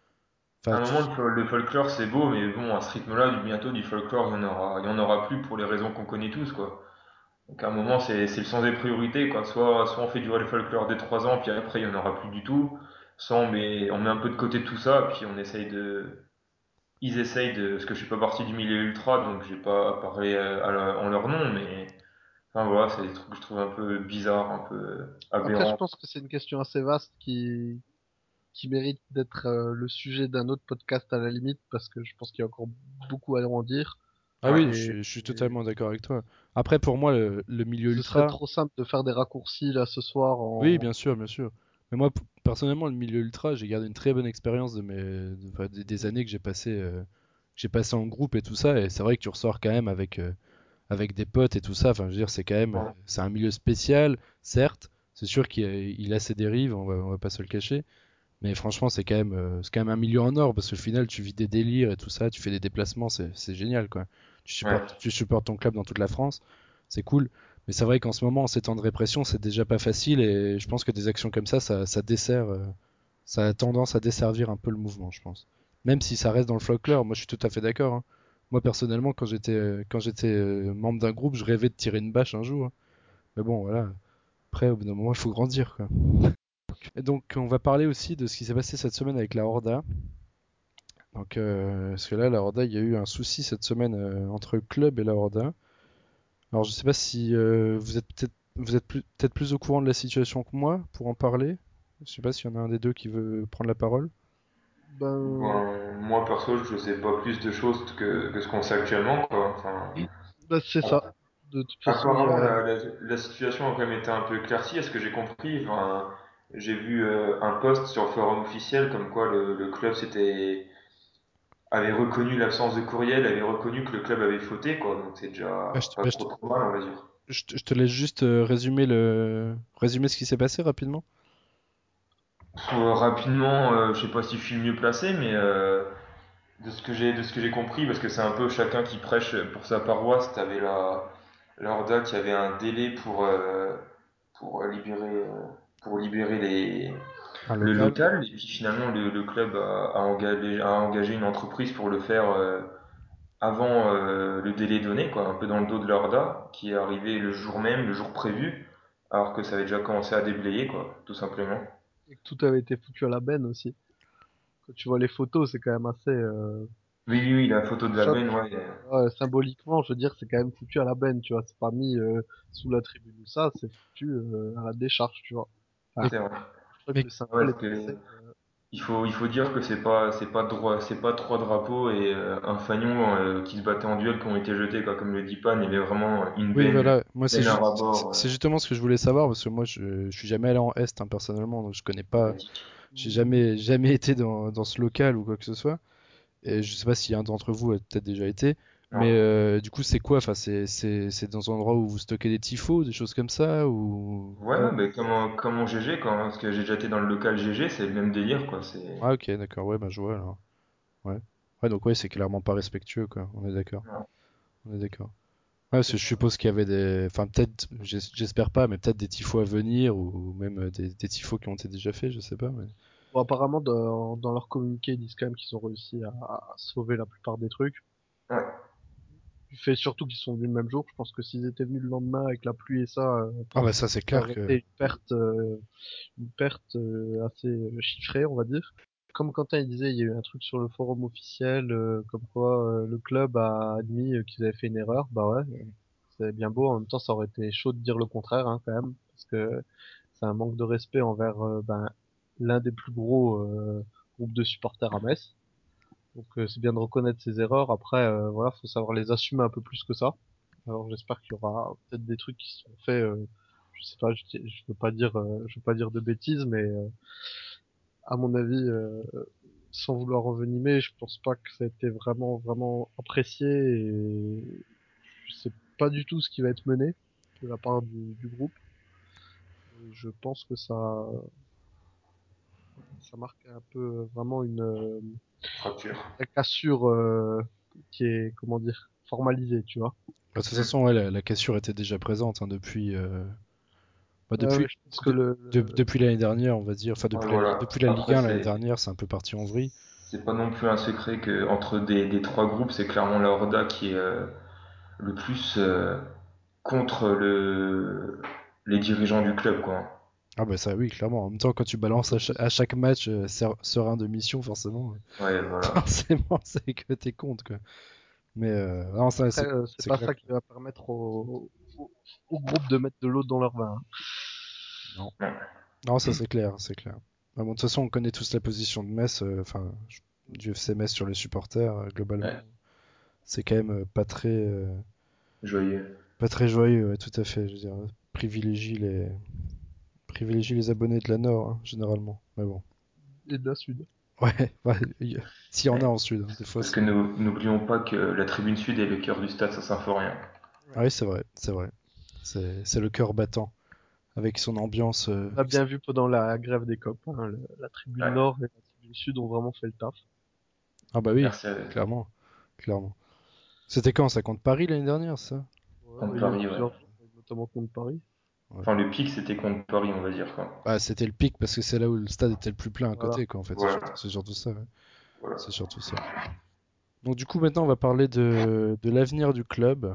à enfin, un tu- moment, le, fol- le folklore, c'est beau, mais bon, à ce rythme-là, du bientôt, du folklore, il y en aura, il y en aura plus pour les raisons qu'on connaît tous, quoi. Donc à un moment, c'est c'est le sens des priorités, quoi. Soit, soit on fait durer le folklore des trois ans, puis après, il n'y en aura plus du tout. Soit on met, on met un peu de côté tout ça, puis on essaye de... Ils essayent de... Parce que je suis pas parti du milieu ultra, donc j'ai pas parlé euh, à la- en leur nom, mais... Enfin voilà, c'est des trucs que je trouve un peu bizarres, un peu Après, je aberrants. pense que c'est une question assez vaste qui, qui mérite d'être euh, le sujet d'un autre podcast à la limite, parce que je pense qu'il y a encore beaucoup à en dire. ah oui, Ouais. je, Et, suis je suis et totalement d'accord avec toi. Après, pour moi, le, le milieu ce serait ultra, trop simple de faire des raccourcis là ce soir oui, en... bien sûr, bien sûr. Mais moi, p- personnellement, le milieu ultra, j'ai gardé une très bonne expérience de mes, de- enfin, des, des années que j'ai passé, euh, que j'ai passé en groupe et tout ça. Et c'est vrai que tu ressors quand même avec, euh, avec des potes et tout ça. Enfin, je veux dire, c'est quand même, euh, Ouais. c'est un milieu spécial, certes. C'est sûr qu'il a, il a ses dérives, on va, on va pas se le cacher. Mais franchement, c'est quand même, euh, c'est quand même un milieu en or parce qu'au final, tu vis des délires et tout ça, tu fais des déplacements, c'est, c'est génial, quoi. Tu Ouais. supportes, tu supportes ton club dans toute la France, c'est cool. Mais c'est vrai qu'en ce moment, en ces temps de répression, c'est déjà pas facile et je pense que des actions comme ça, ça, ça dessert, euh, ça a tendance à desservir un peu le mouvement, je pense. Même si ça reste dans le folklore, moi je suis tout à fait d'accord, hein. Moi personnellement, quand j'étais, euh, quand j'étais euh, membre d'un groupe, je rêvais de tirer une bâche un jour, hein. Mais bon, voilà. Après, au bout d'un moment, il faut grandir, quoi. Et donc, on va parler aussi de ce qui s'est passé cette semaine avec la Horda. Donc, euh, parce que là, la Horda, il y a eu un souci cette semaine euh, entre le club et la Horda. Alors, je sais pas si euh, vous êtes peut-être vous êtes plus, peut-être plus au courant de la situation que moi pour en parler. Je sais pas s'il y en a un des deux qui veut prendre la parole. Ben, Ben, moi perso, je sais pas plus de choses que, que ce qu'on sait actuellement, quoi. Enfin, ben, c'est ça. app- De toute façon, il y apparemment, a... la, la, la situation a quand même été un peu éclaircie, à ce que j'ai compris. Enfin, j'ai vu euh, un post sur le forum officiel comme quoi le, le club s'était avait reconnu l'absence de courriel, avait reconnu que le club avait fauté, quoi. Donc c'est Bah, je, déjà te- pas bah, je trop te, trop mal, on va dire. je te- je te laisse juste euh, résumer le résumer ce qui s'est passé rapidement. Euh, rapidement, euh, je sais pas si je suis le mieux placé, mais euh, de ce que j'ai de ce que j'ai compris, parce que c'est un peu chacun qui prêche pour sa paroisse. T'avais la l'Orda qui avait un délai pour euh, pour libérer euh, pour libérer les Un le local. local, et puis finalement le, le club a, a engagé a engagé une entreprise pour le faire euh, avant euh, le délai donné, quoi, un peu dans le dos de l'Orda, qui est arrivé le jour même, le jour prévu, alors que ça avait déjà commencé à déblayer, quoi, tout simplement. et que tout avait été foutu à la benne aussi. Quand tu vois les photos, c'est quand même assez... euh, Oui, oui, oui, la photo de la choc. benne, ouais. euh, Ouais, symboliquement, je veux dire, c'est quand même foutu à la benne, tu vois. C'est pas mis euh, sous la tribune ou ça, c'est foutu euh, à la décharge, tu vois. Enfin, Mais, C'est vrai. je crois que mais le Ouais, symbole est parce que passé. euh. il faut, il faut dire que c'est pas, c'est pas droit, c'est pas trois drapeaux et euh, un fanion euh, qui se battait en duel qui ont été jetés, quoi. Comme le dit Pan, il y avait vraiment une Oui, veine, voilà. Moi, c'est veine à juste, c'est rabord, c'est euh, justement ce que je voulais savoir parce que moi, je, je suis jamais allé en Est, hein, personnellement, donc je connais pas. sympathique. J'ai jamais, jamais été dans, dans ce local ou quoi que ce soit. Et je sais pas si un d'entre vous a peut-être déjà été. Non. Mais euh, du coup, c'est quoi? Enfin, c'est, c'est, c'est dans un endroit où vous stockez des tifos, des choses comme ça, ou... Ouais, ouais, mais comme, en- comme en G G, quoi, hein, parce que j'ai déjà été dans le local G G, c'est le même délire, quoi. C'est, Ah, ok, d'accord. Ouais, bah, je vois alors. Ouais. Ouais, donc ouais, c'est clairement pas respectueux, quoi. On est d'accord. non. On est d'accord. Ouais, parce que je suppose qu'il y avait des, enfin peut-être, j'es- j'espère pas, mais peut-être des tifos à venir ou même euh, des, des tifos qui ont été déjà faits, je sais pas. Mais... Bon, apparemment, dans, dans leur communiqué, ils disent quand même qu'ils ont réussi à, à sauver la plupart des trucs. Ouais, Du fait surtout qu'ils sont venus le même jour. Je pense que s'ils étaient venus le lendemain avec la pluie et ça, euh, Ah bah ça c'est ça clair aurait que. été une perte, euh, une perte euh, assez euh, chiffrée, on va dire. Comme Quentin il disait, il y a eu un truc sur le forum officiel, euh, comme quoi euh, le club a admis euh, qu'ils avaient fait une erreur. Bah ouais, euh, c'est bien beau. En même temps, ça aurait été chaud de dire le contraire, hein, quand même, parce que c'est un manque de respect envers euh, ben, l'un des plus gros euh, groupes de supporters à Metz. Donc euh, c'est bien de reconnaître ses erreurs. Après, euh, voilà, faut savoir les assumer un peu plus que ça. Alors j'espère qu'il y aura peut-être des trucs qui seront faits. Euh, je sais pas, je, je veux pas dire, euh, je veux pas dire de bêtises, mais euh, à mon avis, euh, sans vouloir envenimer, je pense pas que ça a été vraiment vraiment apprécié et je sais pas du tout ce qui va être mené de la part du, du groupe. Et je pense que ça ça marque un peu vraiment une, euh, fracture. une cassure euh, qui est comment dire formalisée, tu vois. Bah, de toute Hmm. façon, ouais, la, la cassure était déjà présente hein, depuis, euh, bah, Ouais, ouais, depuis, je pense que de- le, de- le- depuis l'année dernière, on va dire, enfin Ouais, depuis la, Li- voilà. depuis la Ligue Après, un l'année c'est, dernière, c'est un peu parti en vrille. c'est pas non plus un secret que entre des, des trois groupes, c'est clairement la Horda qui est euh, le plus euh, contre le, les dirigeants du club, quoi. Ah bah ça oui, clairement. En même temps, quand tu balances à, cha- à chaque match euh, ser- serein de mission, forcément, Ouais, euh, voilà. forcément, c'est que t'es contre quoi. Mais euh, non, ça Après, c'est euh, c'est c'est pas clair. ça qui va permettre au, au, au groupe de mettre de l'eau dans leur vin, hein. Non. Non. Non, ça c'est clair, c'est clair. Ah bon, de toute façon, on connaît tous la position de Metz, euh, enfin, je- du F C Metz sur les supporters, euh, globalement. Ouais, C'est quand même euh, pas très, euh, joyeux. pas très joyeux, ouais, tout à fait. Je veux dire, privilégie les, privilégie les abonnés de la Nord, hein, généralement. Mais bon. Et de la Sud. Ouais, ouais, y a- s'il y en a Ouais. en Sud, hein, des fois Parce que c'est. nous, n'oublions pas que la tribune sud est le cœur du stade Saint-Symphorien. Ah oui, c'est vrai, c'est vrai. C'est, c'est le cœur battant, avec son ambiance. euh, On a bien vu pendant la grève des copes, hein, le- la tribune Ouais. Nord et la tribune Sud ont vraiment fait le taf. Ah bah oui, Merci à clairement, clairement. C'était quand ça contre Paris l'année dernière, ça? Ouais, bah, contre il y a eu Paris, ouais. plusieurs jours, notamment contre Paris. Ouais. Enfin, le pic, c'était contre Paris, on va dire, quoi. Bah, c'était le pic parce que c'est là où le stade était le plus plein à Voilà. côté, quoi, en fait. C'est surtout, Voilà. c'est surtout ça. Ouais. Voilà. C'est surtout ça. Donc, du coup, maintenant, on va parler de, de l'avenir du club.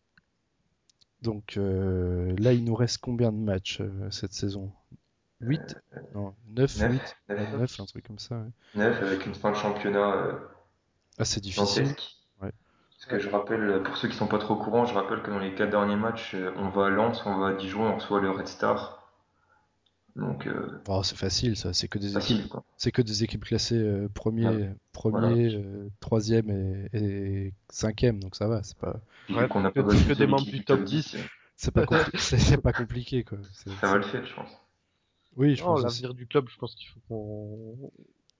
Donc, euh, là, il nous reste combien de matchs euh, cette saison? Huit. Non, neuf, neuf, huit. Ouais, neuf, neuf, un truc comme ça. Ouais. neuf avec une fin de championnat euh, Ah, c'est difficile. dantesque. Ouais. Parce que Ouais. je rappelle, pour ceux qui sont pas trop au courant, je rappelle que dans les quatre derniers matchs, euh, on va à Lens, on va à Dijon, on reçoit le Red Star. Donc, euh, Oh, c'est facile, ça. C'est que des équipes. facile, quoi. C'est que des équipes classées euh, Ouais. premier, Voilà. premier, euh, troisième et, et cinquième, donc ça va. C'est pas, Puis Ouais, vu qu'on n'a que, pas battu que une des seule membres équipe du du top top dix, euh, dix. c'est pas compli- c'est c'est pas compliqué, quoi. C'est- ça va c'est- le faire, je pense. Oui, je Non, pense aussi. l'avenir du club, je pense qu'il faut qu'on...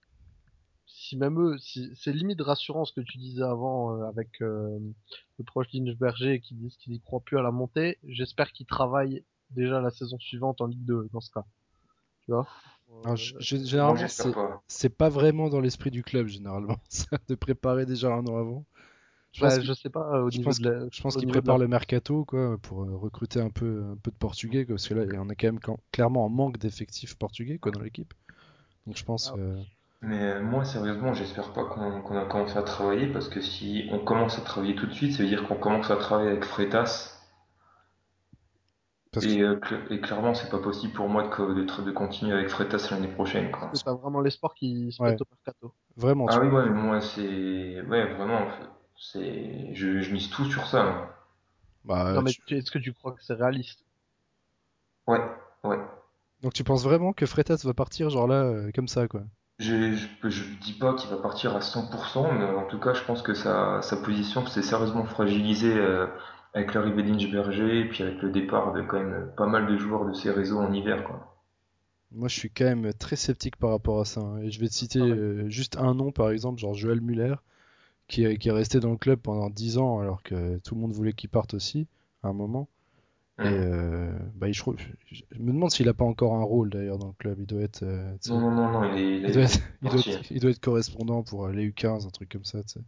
Si même eux, si, c'est limite rassurant ce que tu disais avant euh, avec euh, le proche Berger qui disent qu'il y croit plus à la montée. J'espère qu'ils travaillent déjà la saison suivante en Ligue deux dans ce cas. Tu vois? Alors, g- Euh, g- Moi, généralement, j'espère c'est pas. c'est pas vraiment dans l'esprit du club, généralement, ça, de préparer déjà un an avant. Je pense bah, qu'il je sais pas euh, au je niveau pense de qu'il- la, je pense au qu'il niveau de la prépare le France. mercato, quoi, pour euh, recruter un peu, un peu de portugais, quoi, parce que là, on est quand même quand- clairement en manque d'effectifs portugais, quoi, dans l'équipe. Donc, je pense. Ah, euh, Mais euh, moi, sérieusement, j'espère pas qu'on qu'on a commencé à travailler parce que si on commence à travailler tout de suite, ça veut dire qu'on commence à travailler avec Freitas. parce que Et, euh, cl- et clairement, c'est pas possible pour moi de, co- de, tra- de continuer avec Freitas l'année prochaine, Est-ce quoi. que t'as vraiment l'espoir qu'ils se ouais, mettent au mercato? vraiment, Ah tu. oui, ouais, mais moi, c'est. Ouais, vraiment, c'est. Je, je mise tout sur ça, moi. Bah, Non mais tu- tu- est-ce que tu crois que c'est réaliste? Ouais, ouais. donc tu penses vraiment que Freitas va partir, genre là, euh, comme ça, quoi. Je, je, je dis pas qu'il va partir à cent pour cent, mais en tout cas, je pense que sa, sa position s'est sérieusement fragilisée euh, avec l'arrivée d'Inge-Berger et puis avec le départ de quand même pas mal de joueurs de ces réseaux en hiver, quoi. Moi, je suis quand même très sceptique par rapport à ça, hein. Et je vais te citer Pareil. euh, juste un nom, par exemple, genre Joel Muller, qui est, qui est resté dans le club pendant dix ans, alors que tout le monde voulait qu'il parte aussi, à un moment. Et Hum. euh, bah, je, trouve- je- je me demande s'il a pas encore un rôle d'ailleurs dans le club. Il doit être, euh, tu Non, sais, non, non, non, il est, il il doit est être, il doit parti. être, il doit être correspondant pour euh, les U quinze, un truc comme ça, tu sais.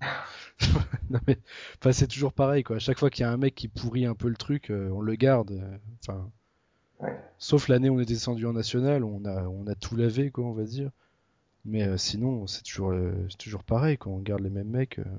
Non, mais, enfin, c'est toujours pareil, quoi. À chaque fois qu'il y a un mec qui pourrit un peu le truc, euh, on le garde. euh, Enfin, Ouais. sauf l'année où on est descendu en national, où on a, on a tout lavé, quoi, on va dire. Mais euh, sinon, c'est toujours, euh, c'est toujours pareil, quand on garde les mêmes mecs. euh.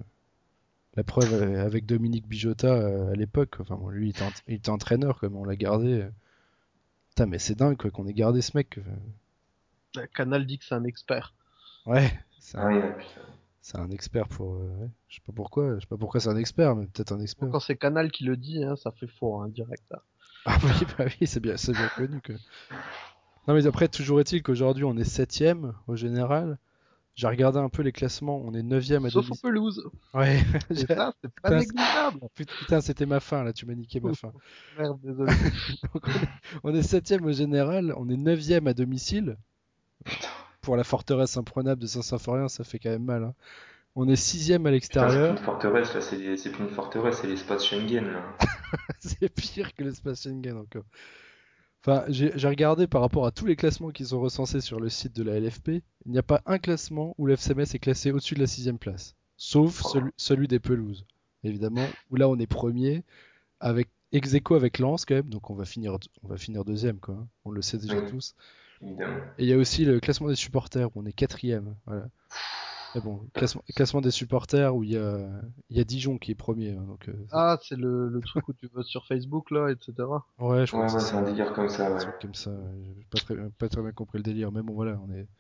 La preuve euh, avec Dominique Bijota euh, à l'époque, enfin, bon, lui, il était, ent- il était entraîneur, comme on l'a gardé. euh. Putain, mais c'est dingue, quoi, qu'on ait gardé ce mec. euh. Euh, Canal dit que c'est un expert. Ouais, c'est Ah un, oui, ouais, putain. c'est un expert pour. euh, ouais. Je sais pas pourquoi, je sais pas pourquoi c'est un expert, mais peut-être un Bon, expert. quand c'est Canal qui le dit, hein, ça fait faux, hein, direct. Hein. Ah oui, bah oui, c'est bien, c'est bien connu, quoi. Non, mais après, toujours est-il qu'aujourd'hui, on est septième au général. J'ai regardé un peu les classements, on est neuvième à Sauf aux domicile. pelouses. Ouais, Et j'ai- ça, c'est pas putain, négligeable. c'est- putain, c'était ma fin là, tu m'as niqué ma fin. Merde, désolé. Donc, on est, on est septième au général, on est neuvième à domicile. Pour la forteresse imprenable de Saint-Symphorien, ça fait quand même mal, hein. On est sixième à Putain, c'est plus une l'extérieur. forteresse, là, c'est c'est plus une forteresse, c'est l'espace Schengen, là. C'est pire que l'espace Schengen encore. Enfin, j'ai j'ai regardé par rapport à tous les classements qui sont recensés sur le site de la L F P, il n'y a pas un classement où l'F C M S est classé au-dessus de la sixième place. Sauf Oh. celui, celui des pelouses, évidemment, où là on est premier, avec ex aequo avec Lens quand même, donc on va finir, on va finir deuxième, quoi, hein. On le sait déjà Oui, tous. évidemment. Et il y a aussi le classement des supporters, où on est quatrième. Voilà. Mais bon, classement, classement des supporters où il y a, il y a Dijon qui est premier, hein, donc, euh, Ah, c'est le, le truc où tu votes sur Facebook, là, et cetera. ouais, je crois Ouais, que c'est ouais, c'est un ça. délire comme ça, Un ouais. truc comme ça. Ouais. J'ai pas très, pas très bien compris le délire, mais bon, voilà, on est.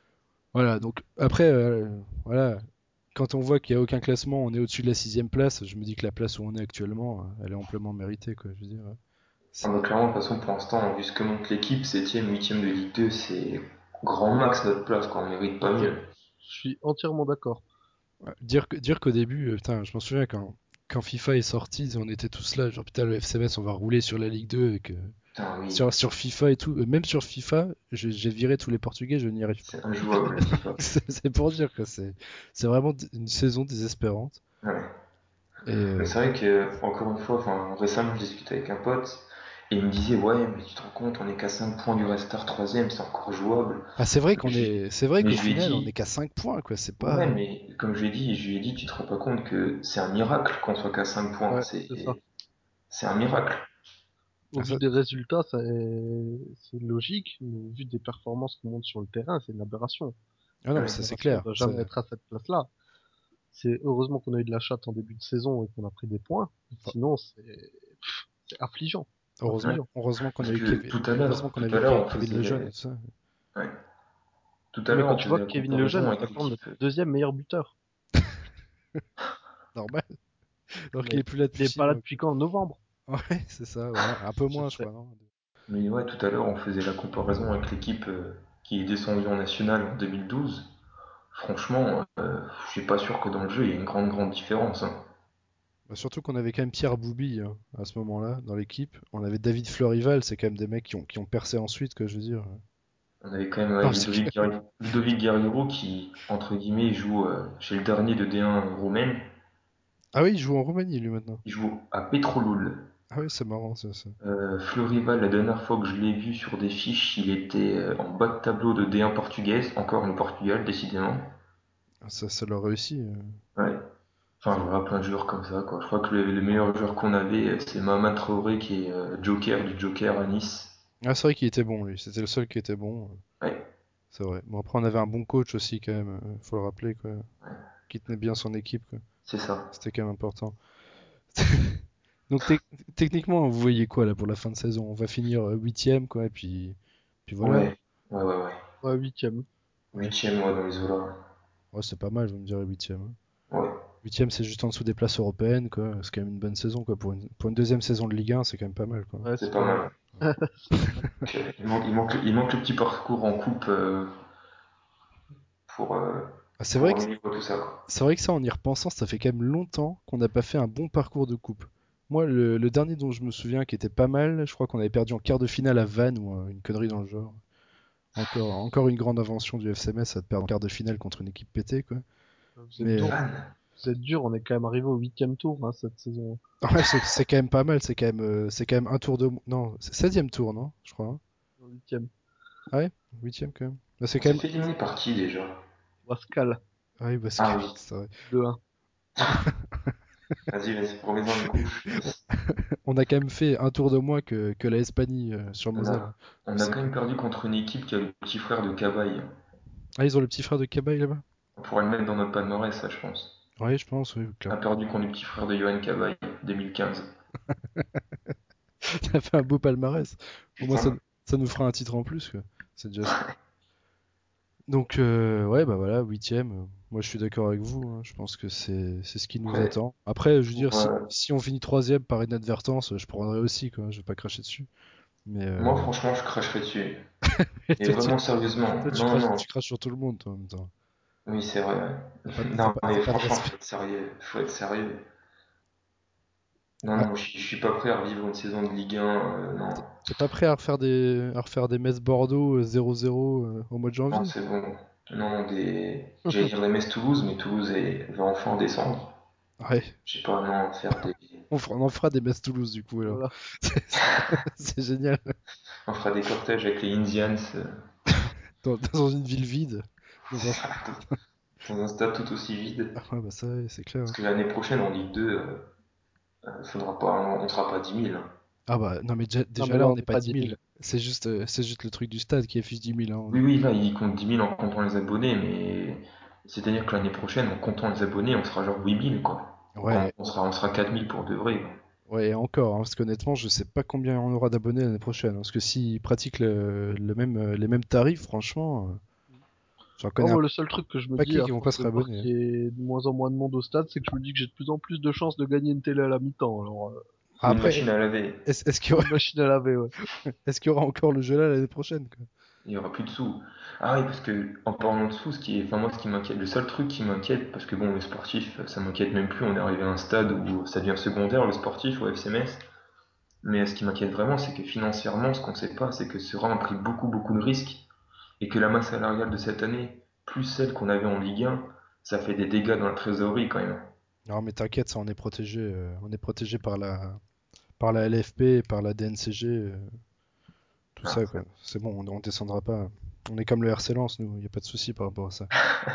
Voilà, donc après, euh, voilà, quand on voit qu'il n'y a aucun classement, on est au-dessus de la sixième place, je me dis que la place où on est actuellement, euh, elle est amplement méritée, quoi. Je veux dire, euh, Ah c'est. bah, clairement, de toute façon, pour l'instant, vu ce que monte l'équipe, septième, huitième de Ligue deux, c'est grand max Bah, notre place, quoi. On mérite pas mieux. je suis entièrement d'accord. Ouais, dire que, dire qu'au début, euh, putain, je m'en souviens quand, quand FIFA est sorti, on était tous là, genre putain, le F C M S, on va rouler sur la Ligue deux, et que Putain, oui, sur, sur FIFA et tout, euh, même sur FIFA, je- j'ai viré tous les Portugais, je n'y arrive pas. c'est injouable, FIFA. C'est c'est pour dire que c'est c'est vraiment d- une saison désespérante. Ouais. Et Mais euh, c'est vrai que, encore une fois, enfin, récemment, je discutais avec un pote, et il me disait, ouais, mais tu te rends compte, on est qu'à cinq points du restart troisième, c'est encore jouable. ah, c'est vrai Mais qu'on je, est, c'est vrai mais qu'au je lui ai final, on est dit, qu'à cinq points, quoi. C'est ouais, pas. mais comme je lui ai dit, je lui ai dit, tu te rends pas compte que c'est un miracle qu'on soit qu'à cinq points. Ouais, C'est, c'est ça. c'est un miracle. Au Ah, vu ça- des résultats, ça est- c'est logique, mais au vu des performances qu'on montre sur le terrain, c'est une aberration. ah non, C'est mais une ça c'est aberration, on clair. doit Ça- jamais être à cette place-là. C'est heureusement qu'on a eu de la chatte en début de saison et qu'on a pris des points. enfin, Sinon, c'est c'est affligeant. heureusement, Affligeant. heureusement qu'on Parce a eu que Kevin, tout à heureusement l'heure, qu'on tout a à vu l'heure, Ke- on Kevin Lejeune et faisait, tout ça. ouais, tout à Mais l'heure, quand on tu vois faisait que la Kevin comparaison Lejeune est avec actuellement l'équipe. notre deuxième meilleur buteur. Normal. Alors qu'il est Mais plus là il depuis est six pas là mois, depuis quoi. quand? Novembre. Ouais, c'est ça. Ouais, un peu Je moins, je sais. crois, non? Mais ouais, tout à l'heure, on faisait la comparaison avec l'équipe euh, qui est descendue en national en deux mille douze. Franchement, euh, je suis pas sûr que dans le jeu, il y ait une grande, grande différence, hein. Bah, surtout qu'on avait quand même Pierre Boubi, hein, à ce moment-là dans l'équipe. On avait David Florival, c'est quand même des mecs qui ont, qui ont percé ensuite, que je veux dire. On avait quand même ouais, Parce Ludovic, que... Guerri- Ludovic Guerriero qui, entre guillemets, joue euh, chez le dernier de D un roumaine. Ah oui, il joue en Roumanie lui maintenant. Il joue à Petrolul. Ah oui, c'est marrant ça. ça. Euh, Florival, la dernière fois que je l'ai vu sur des fiches, il était euh, en bas de tableau de D un portugaise, encore le Portugal, décidément. Ah, Ça, ça leur réussit. euh. Ouais. Enfin, voilà, plein de joueurs comme ça, quoi. Je crois que le, le meilleur joueur qu'on avait, euh, c'est Mohamed Traoré, qui est euh, Joker du Joker à Nice. Ah, c'est vrai qu'il était bon lui, c'était le seul qui était bon. euh, Ouais, C'est vrai. Bon, après, on avait un bon coach aussi quand même, euh, faut le rappeler, quoi. Qui tenait bien son équipe, quoi. c'est ça. C'était quand même important. Donc tec- techniquement, vous voyez quoi là pour la fin de saison? On va finir euh, huitième, quoi, et puis, puis voilà. Ouais, ouais, ouais, ouais. Ouais, huitième. Huitième, ouais, dans les eaux là. Ouais, c'est pas mal, vous me direz huitième, hein. Ouais, Huitième, c'est juste en dessous des places européennes, quoi. C'est quand même une bonne saison, quoi. Pour une, pour une deuxième saison de Ligue un, c'est quand même pas mal, quoi. Ouais, c'est c'est pas pas mal. mal. C'est pas mal. Donc, euh, il manque, il manque, il manque le petit parcours en coupe. euh, pour, euh, Ah, c'est vrai pour que vivre tout ça, quoi. c'est vrai que ça, en y repensant, ça fait quand même longtemps qu'on n'a pas fait un bon parcours de coupe. Moi, le, le dernier dont je me souviens qui était pas mal, je crois qu'on avait perdu en quart de finale à Vannes ou euh, une connerie dans le genre. Encore, encore une grande invention du F C M S, ça de perdre en quart de finale contre une équipe pétée, quoi. Vous êtes Mais dur, euh, Vannes. vous êtes dur, on est quand même arrivé au huitième tour hein, cette saison. ouais, c'est c'est quand même pas mal, c'est quand même, euh, c'est quand même un tour de... Non, c'est seizième tour, non? Je crois. Hein. Au huitième. Ah ouais? Huitième quand même. Bah, c'est On quand s'est même... fait éliminer par qui déjà? Pascal, Ah oui, parce que... Ah oui. c'est vrai. deux un. Vas-y, vas-y, remets-en une couche. On a quand même fait un tour de moins que, que la Espagne euh, sur On Moselle. a, on Je a sais quand même plus. perdu contre une équipe qui a le petit frère de Cabaye. Ah, ils ont le petit frère de Cabaye là-bas? On pourrait le mettre dans notre palmarès, ça, je pense. Ouais, je pense, oui, On a clairement. perdu contre le petit frère de Johan Cabaye, deux mille quinze. Ça fait un beau palmarès. Au moins, ça, Putain. ça nous fera un titre en plus, quoi. C'est déjà ça. Donc, euh, ouais, bah voilà, huitième. euh, Moi, je suis d'accord avec vous. Hein. Je pense que c'est c'est ce qui nous Ouais. attend. Après, je veux dire, Pour, si, euh, si on finit troisième par inadvertance, je prendrai aussi, quoi. Je vais pas cracher dessus. Mais moi, euh... franchement, je cracherais dessus. Et toi, tu, vraiment sérieusement. toi, tu Non, craches, non. tu craches sur tout le monde, toi, en même temps. Oui, c'est vrai, ouais. T'as pas, t'as Non, pas, t'as mais pas de franchement, respect. faut être sérieux. Faut être sérieux. Non, Ah, non, je, je suis pas prêt à revivre une saison de Ligue un. Euh, non. t'es t'es pas prêt à refaire des, à refaire des Metz-Bordeaux euh, zéro zéro euh, au mois de Non, janvier? c'est bon. Non, des. J'allais dire des Metz-Toulouse, mais Toulouse est... va enfin descendre. Ouais, Je sais pas, non, faire des. on, fera- on en fera des Metz-Toulouse, du coup, alors. Voilà. C'est c'est- c'est génial. On fera des cortèges avec les Indians euh, Dans, dans une ville vide. Dans un... dans un stade tout aussi vide. Ah ouais, bah ça, ouais, c'est clair. Parce Hein. que l'année prochaine, en Ligue deux, euh, euh, faudra pas, on, on sera pas dix mille. Hein. Ah bah, non mais déjà, Non déjà mais là, là on on n'est n'est pas pas dix dix mille. mille. C'est juste, euh, c'est juste le truc du stade qui affiche dix mille. Hein. On Oui, est- oui, là, ils comptent dix mille en comptant les abonnés, mais c'est-à-dire que l'année prochaine, en comptant les abonnés, on sera genre huit mille, quoi. Donc on, Ouais, on sera, on sera quatre mille pour de vrai. Quoi. ouais, et encore, hein, parce qu'honnêtement, je sais pas combien on aura d'abonnés l'année prochaine. Hein, parce que s'ils pratiquent le, le même, euh, les mêmes tarifs, franchement, euh, j'en Oh, connais un moi, le seul truc que je me dis paquet à qui vont pas force se de voir réabonner. Hein. qu'il y ait de moins en moins de monde au stade, c'est que je me dis que j'ai de plus en plus de chances de gagner une télé à la mi-temps. Alors, euh, Ou une Après, machine à laver. est-ce est-ce qu'il y ou aura, une machine à laver, ouais. est-ce qu'il y aura encore le jeu là l'année prochaine, quoi? Il y aura plus de sous. Ah oui, parce que en parlant de sous, ce qui est, enfin moi, ce qui m'inquiète, le seul truc qui m'inquiète, parce que bon, le sportif, ça m'inquiète même plus. On est arrivé à un stade où ça devient secondaire, le sportif au F C M S. Mais ce qui m'inquiète vraiment, c'est que financièrement, ce qu'on sait pas, c'est que Sera a pris beaucoup, beaucoup de risques et que la masse salariale de cette année, plus celle qu'on avait en Ligue un, ça fait des dégâts dans la trésorerie quand même. Non, mais t'inquiète, ça, on est protégé, euh, on est protégé par la, par la L F P et par la D N C G, euh, tout Ah, ça, quoi. C'est bon, on, on descendra pas. On est comme le R C Lens, nous, il y a pas de souci par rapport à ça.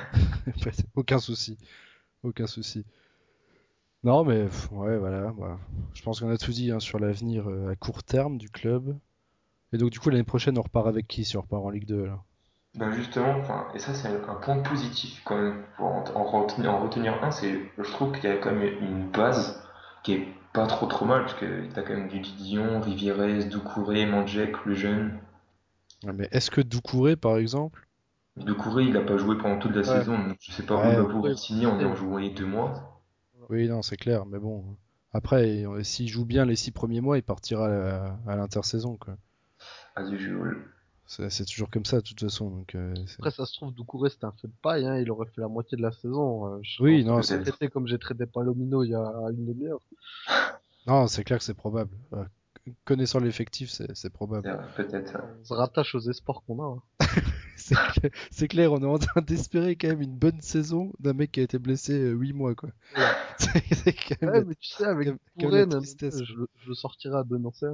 Aucun souci, aucun souci. Non, mais pff, ouais, voilà. Bah, je pense qu'on a tout dit hein, sur l'avenir euh, à court terme du club. Et donc, du coup, l'année prochaine, on repart avec qui si on repart en Ligue deux là? ben justement, enfin, et ça c'est un point positif quand même, pour en, en retenir, en retenir un, c'est je trouve qu'il y a quand même une base qui est pas trop trop mal, parce que t'as quand même du Didion, Rivieres, Doucouré, Mandjek, le jeune. Ouais, mais est-ce que Doucouré, par exemple? Doucouré, il a pas joué pendant toute la Ouais. saison, donc je sais pas où il va Ouais, Après, pouvoir il va signer en tester, ayant ouais. joué deux mois. Voilà. oui, non, c'est clair, mais bon. Après, euh, s'il joue bien les six premiers mois, il partira à, la- à l'intersaison, quoi. As usual. C'est c'est toujours comme ça, de toute façon. Donc, euh, c'est- Après, ça se trouve, Doucouré, c'était un feu de paille, hein. Il aurait fait la moitié de la saison. Euh, je serais en oui, train de non, le c'est Peut-être. traiter comme j'ai traité Palomino il y a une demi-heure. non, c'est clair que c'est probable. Euh, Connaissant l'effectif, c'est c'est C'est probable. vrai, peut-être ça. On se rattache aux espoirs qu'on a, hein. C'est clair, c'est clair, on est en train d'espérer quand même une bonne saison d'un mec qui a été blessé euh, huit mois, quoi. Voilà. C'est c'est quand même Ouais, la, mais tu sais, avec quand même- quand même la Doucouré, même, tristesse, je, quoi. le- je le sortirai à Benancé.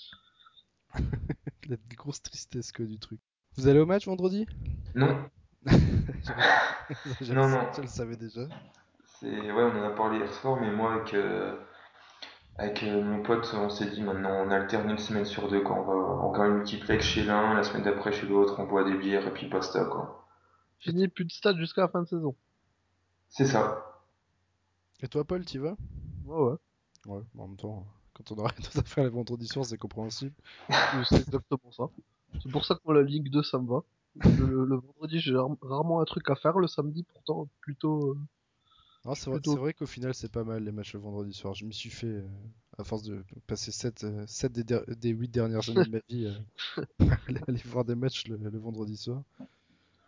La grosse tristesse, quoi, du truc. Vous allez au match vendredi? Non, J'avais pas- je, le, non, non. je le savais déjà. C'est ouais, on en a parlé hier soir, mais moi avec euh, avec euh, mon pote, on s'est dit maintenant on alterne une semaine sur deux, quoi. On va on regarde une multiplex chez l'un, la semaine d'après chez l'autre, on boit des bières et puis basta, quoi. Et, Fini, plus de stade jusqu'à la fin de saison. C'est ça. et toi, Paul, t'y vas? Ouais, ouais. Ouais, en même temps, quand on aura rien d'autre à faire les vendredis soirs, c'est compréhensible. Euh, C'est exactement ça. C'est pour ça que moi, la Ligue deux, ça me va. Le, le vendredi, j'ai rar- rarement un truc à faire. Le samedi, pourtant, plutôt, euh, Non, je suis c'est vrai, c'est plutôt. vrai qu'au final, c'est pas mal les matchs le vendredi soir. Je m'y suis fait, euh, à force de passer sept des, der- des huit dernières années de ma vie, euh, aller aller voir des matchs le, le vendredi soir.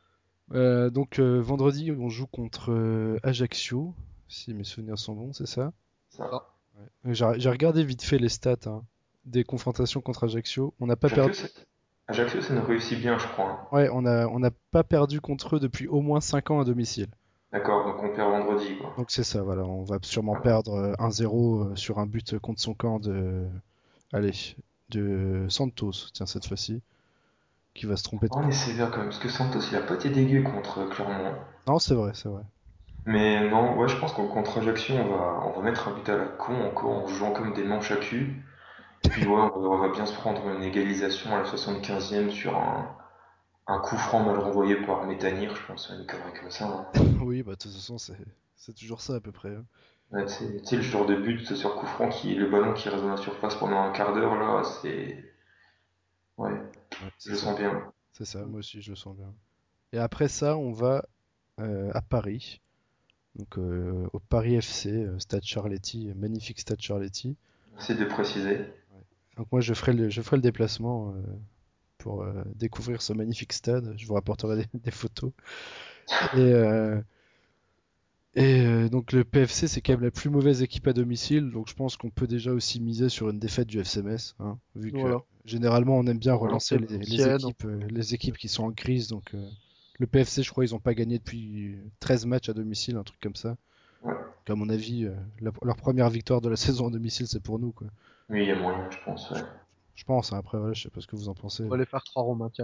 Euh, donc euh, vendredi, on joue contre euh, Ajaccio, si mes souvenirs sont bons, c'est ça? Ça. Ouais. J'ai j'ai regardé vite fait les stats hein, des confrontations contre Ajaccio. On n'a pas Ajaccio, perdu. c'est- Ajaccio, ça nous réussit bien, je crois, hein. Ouais, on a on n'a pas perdu contre eux depuis au moins cinq ans à domicile. D'accord, donc on perd vendredi, quoi. Donc c'est ça, voilà, on va sûrement Voilà. perdre euh, un zéro euh, sur un but contre son camp de, allez, de Santos, tiens cette fois-ci, qui va se tromper de Oh, on camp. est sévère quand même, parce que Santos, il a pas été dégueu contre euh, Clermont. Non, c'est vrai, c'est vrai. Mais non, ouais, je pense qu'en contre Ajaccio, on va, on va mettre un but à la con encore en jouant comme des manches à cul. Et puis ouais, on va, on va bien se prendre une égalisation à la soixante-quinzième sur un, un coup franc mal renvoyé par Métanire, je pense, une connerie comme ça, hein. Oui, bah de toute façon c'est c'est toujours ça à peu près, hein. Ouais, tu sais, tu sais, le genre de but sur coup franc, qui, le ballon qui reste dans la surface pendant un quart d'heure, là, c'est... Ouais, Ouais, je c'est le ça, sens bien. c'est ça. Moi aussi je le sens bien. Et après ça, on va euh, à Paris, donc euh, au Paris F C, euh, Stade Charletti, magnifique Stade Charletti. Merci de préciser. Ouais. Donc moi je ferai le je ferai le déplacement euh, pour euh, découvrir ce magnifique stade. Je vous rapporterai des, des photos. Et, euh, et euh, donc le P F C, c'est quand même la plus mauvaise équipe à domicile, donc je pense qu'on peut déjà aussi miser sur une défaite du F C Metz, hein, vu que Voilà. généralement on aime bien On relancer relançait les, les Valenciennes. équipes, euh, les équipes qui sont en crise. Donc euh, le P F C, je crois, ils n'ont pas gagné depuis treize matchs à domicile, un truc comme ça. Ouais. Donc, à mon avis, euh, la- leur première victoire de la saison à domicile, c'est pour nous, quoi. Oui, il y a moyen, je pense, Je, ouais. je pense, hein. Après, voilà, je sais pas ce que vous en pensez. On va les faire croire au maintien.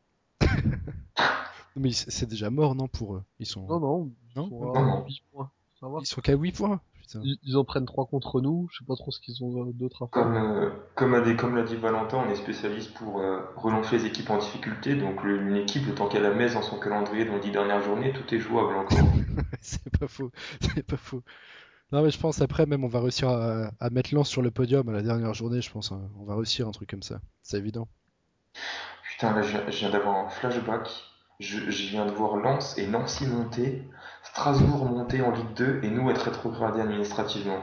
Non, mais c'est c'est déjà mort, non, pour eux? Ils sont. Non, non, ils Non, même sont pas. Non, à non. huit points. Ça va. Ils sont qu'à huit points. Putain. Ils, ils en prennent trois contre nous. Je sais pas trop ce qu'ils ont euh, d'autre à faire. Comme, euh, comme, a des- comme l'a dit Valentin, on est spécialiste pour euh, relancer les équipes en difficulté. Donc le- une équipe, le temps qu'elle a Metz dans son calendrier dans les dix dernières journées, tout est jouable encore. C'est pas faux. C'est pas faux. Non, mais je pense après, même, on va réussir à, à mettre Lens sur le podium à la dernière journée, je pense, hein. On va réussir un truc comme ça. C'est évident. Putain, là, je viens, je viens d'avoir un flashback. Je, je viens de voir Lens et Nancy monter, Strasbourg monter en Ligue deux et nous être rétrogradés administrativement.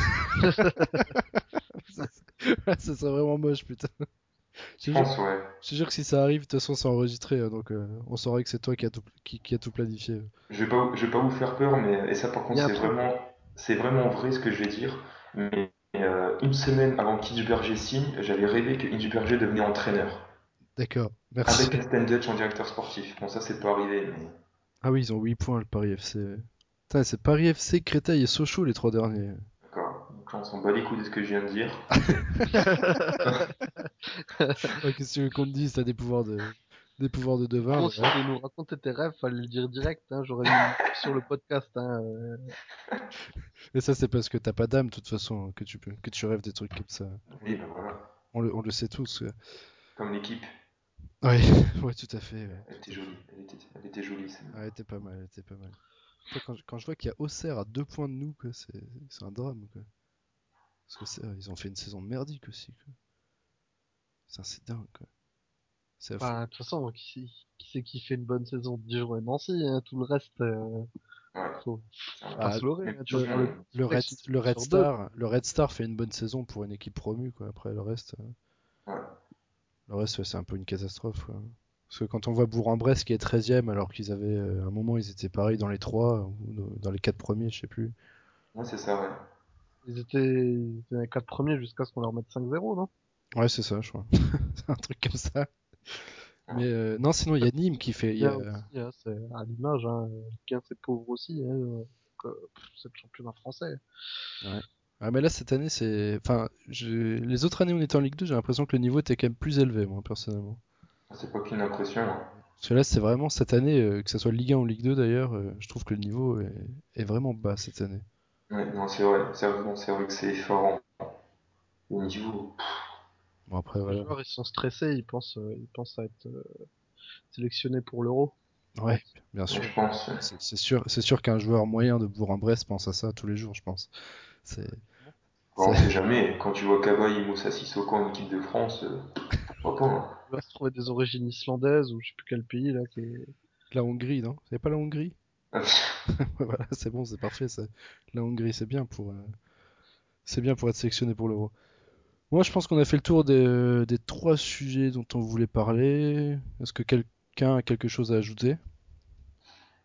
Ça serait vraiment moche, putain. Je Je te jure, pense, ouais. je te jure que si ça arrive, de toute façon, c'est enregistré, hein, donc euh, on saurait que c'est toi qui a tout, qui, qui a tout planifié. Je vais pas, je vais pas vous faire peur, mais et ça par Il y contre a un c'est truc. vraiment, c'est vraiment vrai ce que je vais dire. Mais euh, une semaine avant qu'Inchberger signe, j'avais rêvé que Inchberger devenait entraîneur. D'accord, merci. Avec Aston Dutch en directeur sportif. Bon, ça c'est pas arrivé, mais Ah oui, ils ont huit points, le Paris F C. Putain, c'est Paris F C, Créteil et Sochaux, les trois derniers. d'accord. Donc là, on s'en bat les couilles de ce que je viens de dire. Ouais, qu'est-ce que tu veux qu'on te dise? T'as des pouvoirs de, des pouvoirs de devin, Gros, bah si ouais. tu nous racontais tes rêves, fallait le dire direct, hein. J'aurais mis une bip sur le podcast, hein. euh. Mais ça, c'est parce que t'as pas d'âme, de toute façon, que tu peux, que tu rêves des trucs comme ça. On Oui, le, ben voilà. on le, on le sait tous. Ouais, Comme l'équipe. ouais, ouais, tout à fait, ouais, Elle était tout à fait. jolie. Elle était, elle était jolie, celle-là. Ouais, elle était pas mal, elle était pas mal. Putain, quand, je- quand je vois qu'il y a Auxerre à deux points de nous, quoi, c'est, c'est un drame, quoi. Parce qu'Auxerre, ils ont fait une saison merdique aussi, quoi. Ça, c'est dingue, quoi. C'est affreux. Enfin, de toute façon, qui, qui c'est qui fait une bonne saison? Dijon et Nancy, hein. Tout le reste, euh, Ouais, faut, c'est faut vrai. pas Bah, se leurrer, Mais hein. Tu puis, regardes le on- le Red, Texte une le saison Red sur deux. Star, le Red Star fait une bonne saison pour une équipe promue, quoi. Après, le reste, euh, ouais. le reste, ouais, c'est un peu une catastrophe, quoi. Parce que quand on voit Bourg-en-Bresse qui est treizième, alors qu'ils avaient, euh, un moment, ils étaient pareils dans les trois, ou dans dans les quatre premiers, je sais plus. Ouais, c'est ça, ouais. Ils étaient, ils étaient les quatre premiers jusqu'à ce qu'on leur mette cinq zéro, non? Ouais, c'est ça, je crois. C'est un truc comme ça. Ouais. Mais euh, non, sinon, il y a Nîmes qui fait. il y Bien a- aussi, hein. C'est à l'image, hein. Ligue un, c'est pauvre aussi, hein. Donc, euh, pff, c'est le championnat français. Ouais. Ah, mais là, cette année, c'est. Enfin, je- les autres années où on était en Ligue deux, j'ai l'impression que le niveau était quand même plus élevé, moi, personnellement. C'est pas qu'une impression, hein. Parce que là, c'est vraiment cette année, euh, que ce soit Ligue un ou Ligue deux d'ailleurs, euh, je trouve que le niveau est, est vraiment bas cette année. Ouais, non, c'est vrai. C'est vrai, non, c'est vrai que c'est effarant. Au niveau. Bon, après, Les voilà. joueurs, ils sont stressés, ils pensent, euh, ils pensent à être euh, sélectionnés pour l'Euro, je Ouais, pense. bien Ouais, sûr. je pense. C'est c'est sûr, c'est sûr qu'un joueur moyen de Bourg-en-Bresse pense à ça tous les jours, je pense. C'est. Bon, c'est- on sait jamais. Quand tu vois Cabaye, Moussa Sissoko en équipe de France, euh, pourquoi pas, hein. Il va se trouver des origines islandaises ou je sais plus quel pays là qui est. La Hongrie, non? C'est pas la Hongrie? Voilà, c'est bon, c'est parfait, ça. La Hongrie, c'est bien pour, euh, c'est bien pour être sélectionné pour l'Euro. Moi, je pense qu'on a fait le tour des, des trois sujets dont on voulait parler. Est-ce que quelqu'un a quelque chose à ajouter?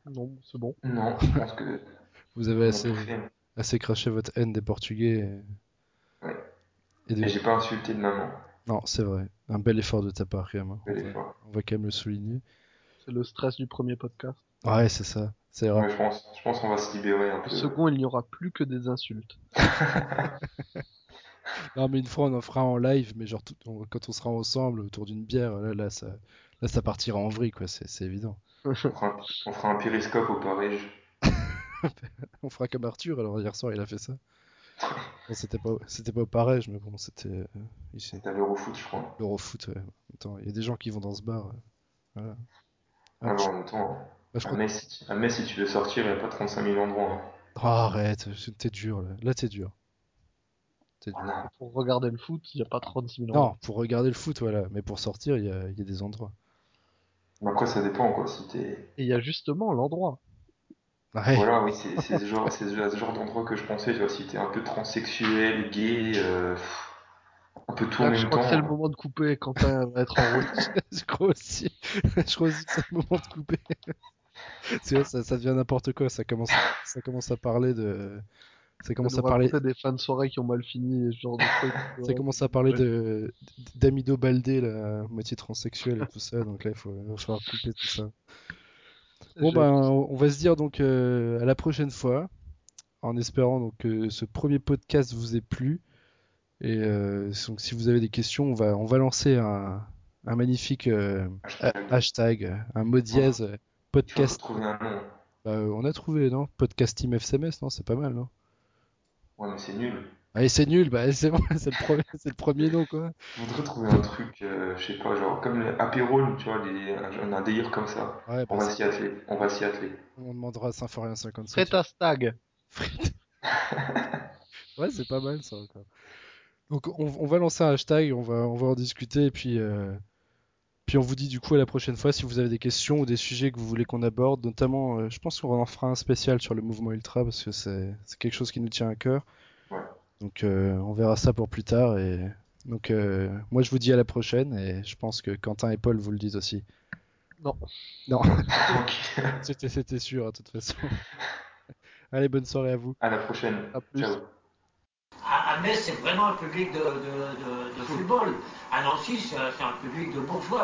Non, c'est bon. Non, je pense que Vous avez on a assez, tout fait. assez craché votre haine des Portugais. Et, Ouais. et de... Et j'ai pas insulté de maman. Non, c'est vrai. Un bel effort de ta part, quand même. hein. Bel On va, effort. on va quand même le souligner. C'est le stress du premier podcast. Ouais, c'est ça. C'est vrai. Ouais, je pense, je pense qu'on va se libérer un Au peu. second, il n'y aura plus que des insultes. Non, mais une fois, on en fera en live, mais genre tout- on- quand on sera ensemble autour d'une bière, là, là, ça, là, ça partira en vrille, quoi. C'est c'est évident. On fera un, on fera un périscope au Paris. On fera comme Arthur, alors hier soir, il a fait ça. Bon, c'était pas, c'était pas au Pareil, mais bon, c'était euh, ici. C'était à l'Eurofoot, je crois. L'Eurofoot, ouais. Attends, il y a des gens qui vont dans ce bar. euh, Voilà. Ah Hop, bon, je- en même temps, bah, je à crois que- Metz, si tu, à Metz, si tu veux sortir, il n'y a pas trente-cinq mille endroits. hein. Oh, arrête, t'es dur, là. Là, t'es dur. T'es Ah dur. non. Pour regarder le foot, il n'y a pas trente-six mille Non, endroits. pour regarder le foot, voilà. Mais pour sortir, il y a, il y a des endroits. Mais après, ça dépend, quoi. Si t'es... Et il y a justement l'endroit. Ouais. Voilà, oui, c'est c'est ce genre, c'est ce genre d'endroit que je pensais, tu vois, si t'es un peu transsexuel, gay, euh, un peu tout en Là, je même crois que c'est le temps. moment de couper. Quentin va être en route. Je crois aussi. Je crois aussi que c'est le moment de couper. Tu vois, ça, ça devient n'importe quoi. Ça commence, ça commence à parler de, ça Il va commence nous à parler, raconter des fins de soirée qui ont mal fini et ce genre de trucs. ça commence à parler de d'Amido Baldé, la moitié transsexuelle et tout ça. Donc là, il faut, il va falloir couper tout ça. Bon J'ai- ben, on va se dire donc euh, à la prochaine fois, en espérant donc que ce premier podcast vous ait plu. Et euh, donc, si vous avez des questions, on va, on va lancer un, un magnifique euh, ha- Hashtag. hashtag, un mot Non, dièse euh, il faut podcast. trouver un nom. Bah, euh, on a trouvé, non? Podcast Team F C M S, non? C'est pas mal, non? Ouais, mais c'est nul. Allez, c'est nul, bah c'est bon, c'est le premier, c'est le premier nom, quoi. Je voudrais trouver un truc, euh, je sais pas, genre comme l'apérole, tu vois, des, un, un délire comme ça. Ouais, On bah va c'est- s'y atteler. On va s'y atteler. on demandera à Symphorien cinquante-sept. Feta Stag. Frites. Ouais, c'est pas mal ça encore. Donc on, on va lancer un hashtag, on va, on va en discuter et puis, euh, puis on vous dit du coup à la prochaine fois si vous avez des questions ou des sujets que vous voulez qu'on aborde. Notamment, euh, je pense qu'on en fera un spécial sur le mouvement ultra parce que c'est c'est quelque chose qui nous tient à cœur. Ouais. Donc euh, on verra ça pour plus tard et donc euh, moi je vous dis à la prochaine et je pense que Quentin et Paul vous le disent aussi. Non. Non, Ok. c'était c'était sûr de toute façon. Allez, bonne soirée à vous. À la prochaine. À plus. Ciao. À, à Metz, c'est vraiment un public de, de, de, de football. À Nancy, c'est un, c'est un public de bourgeois.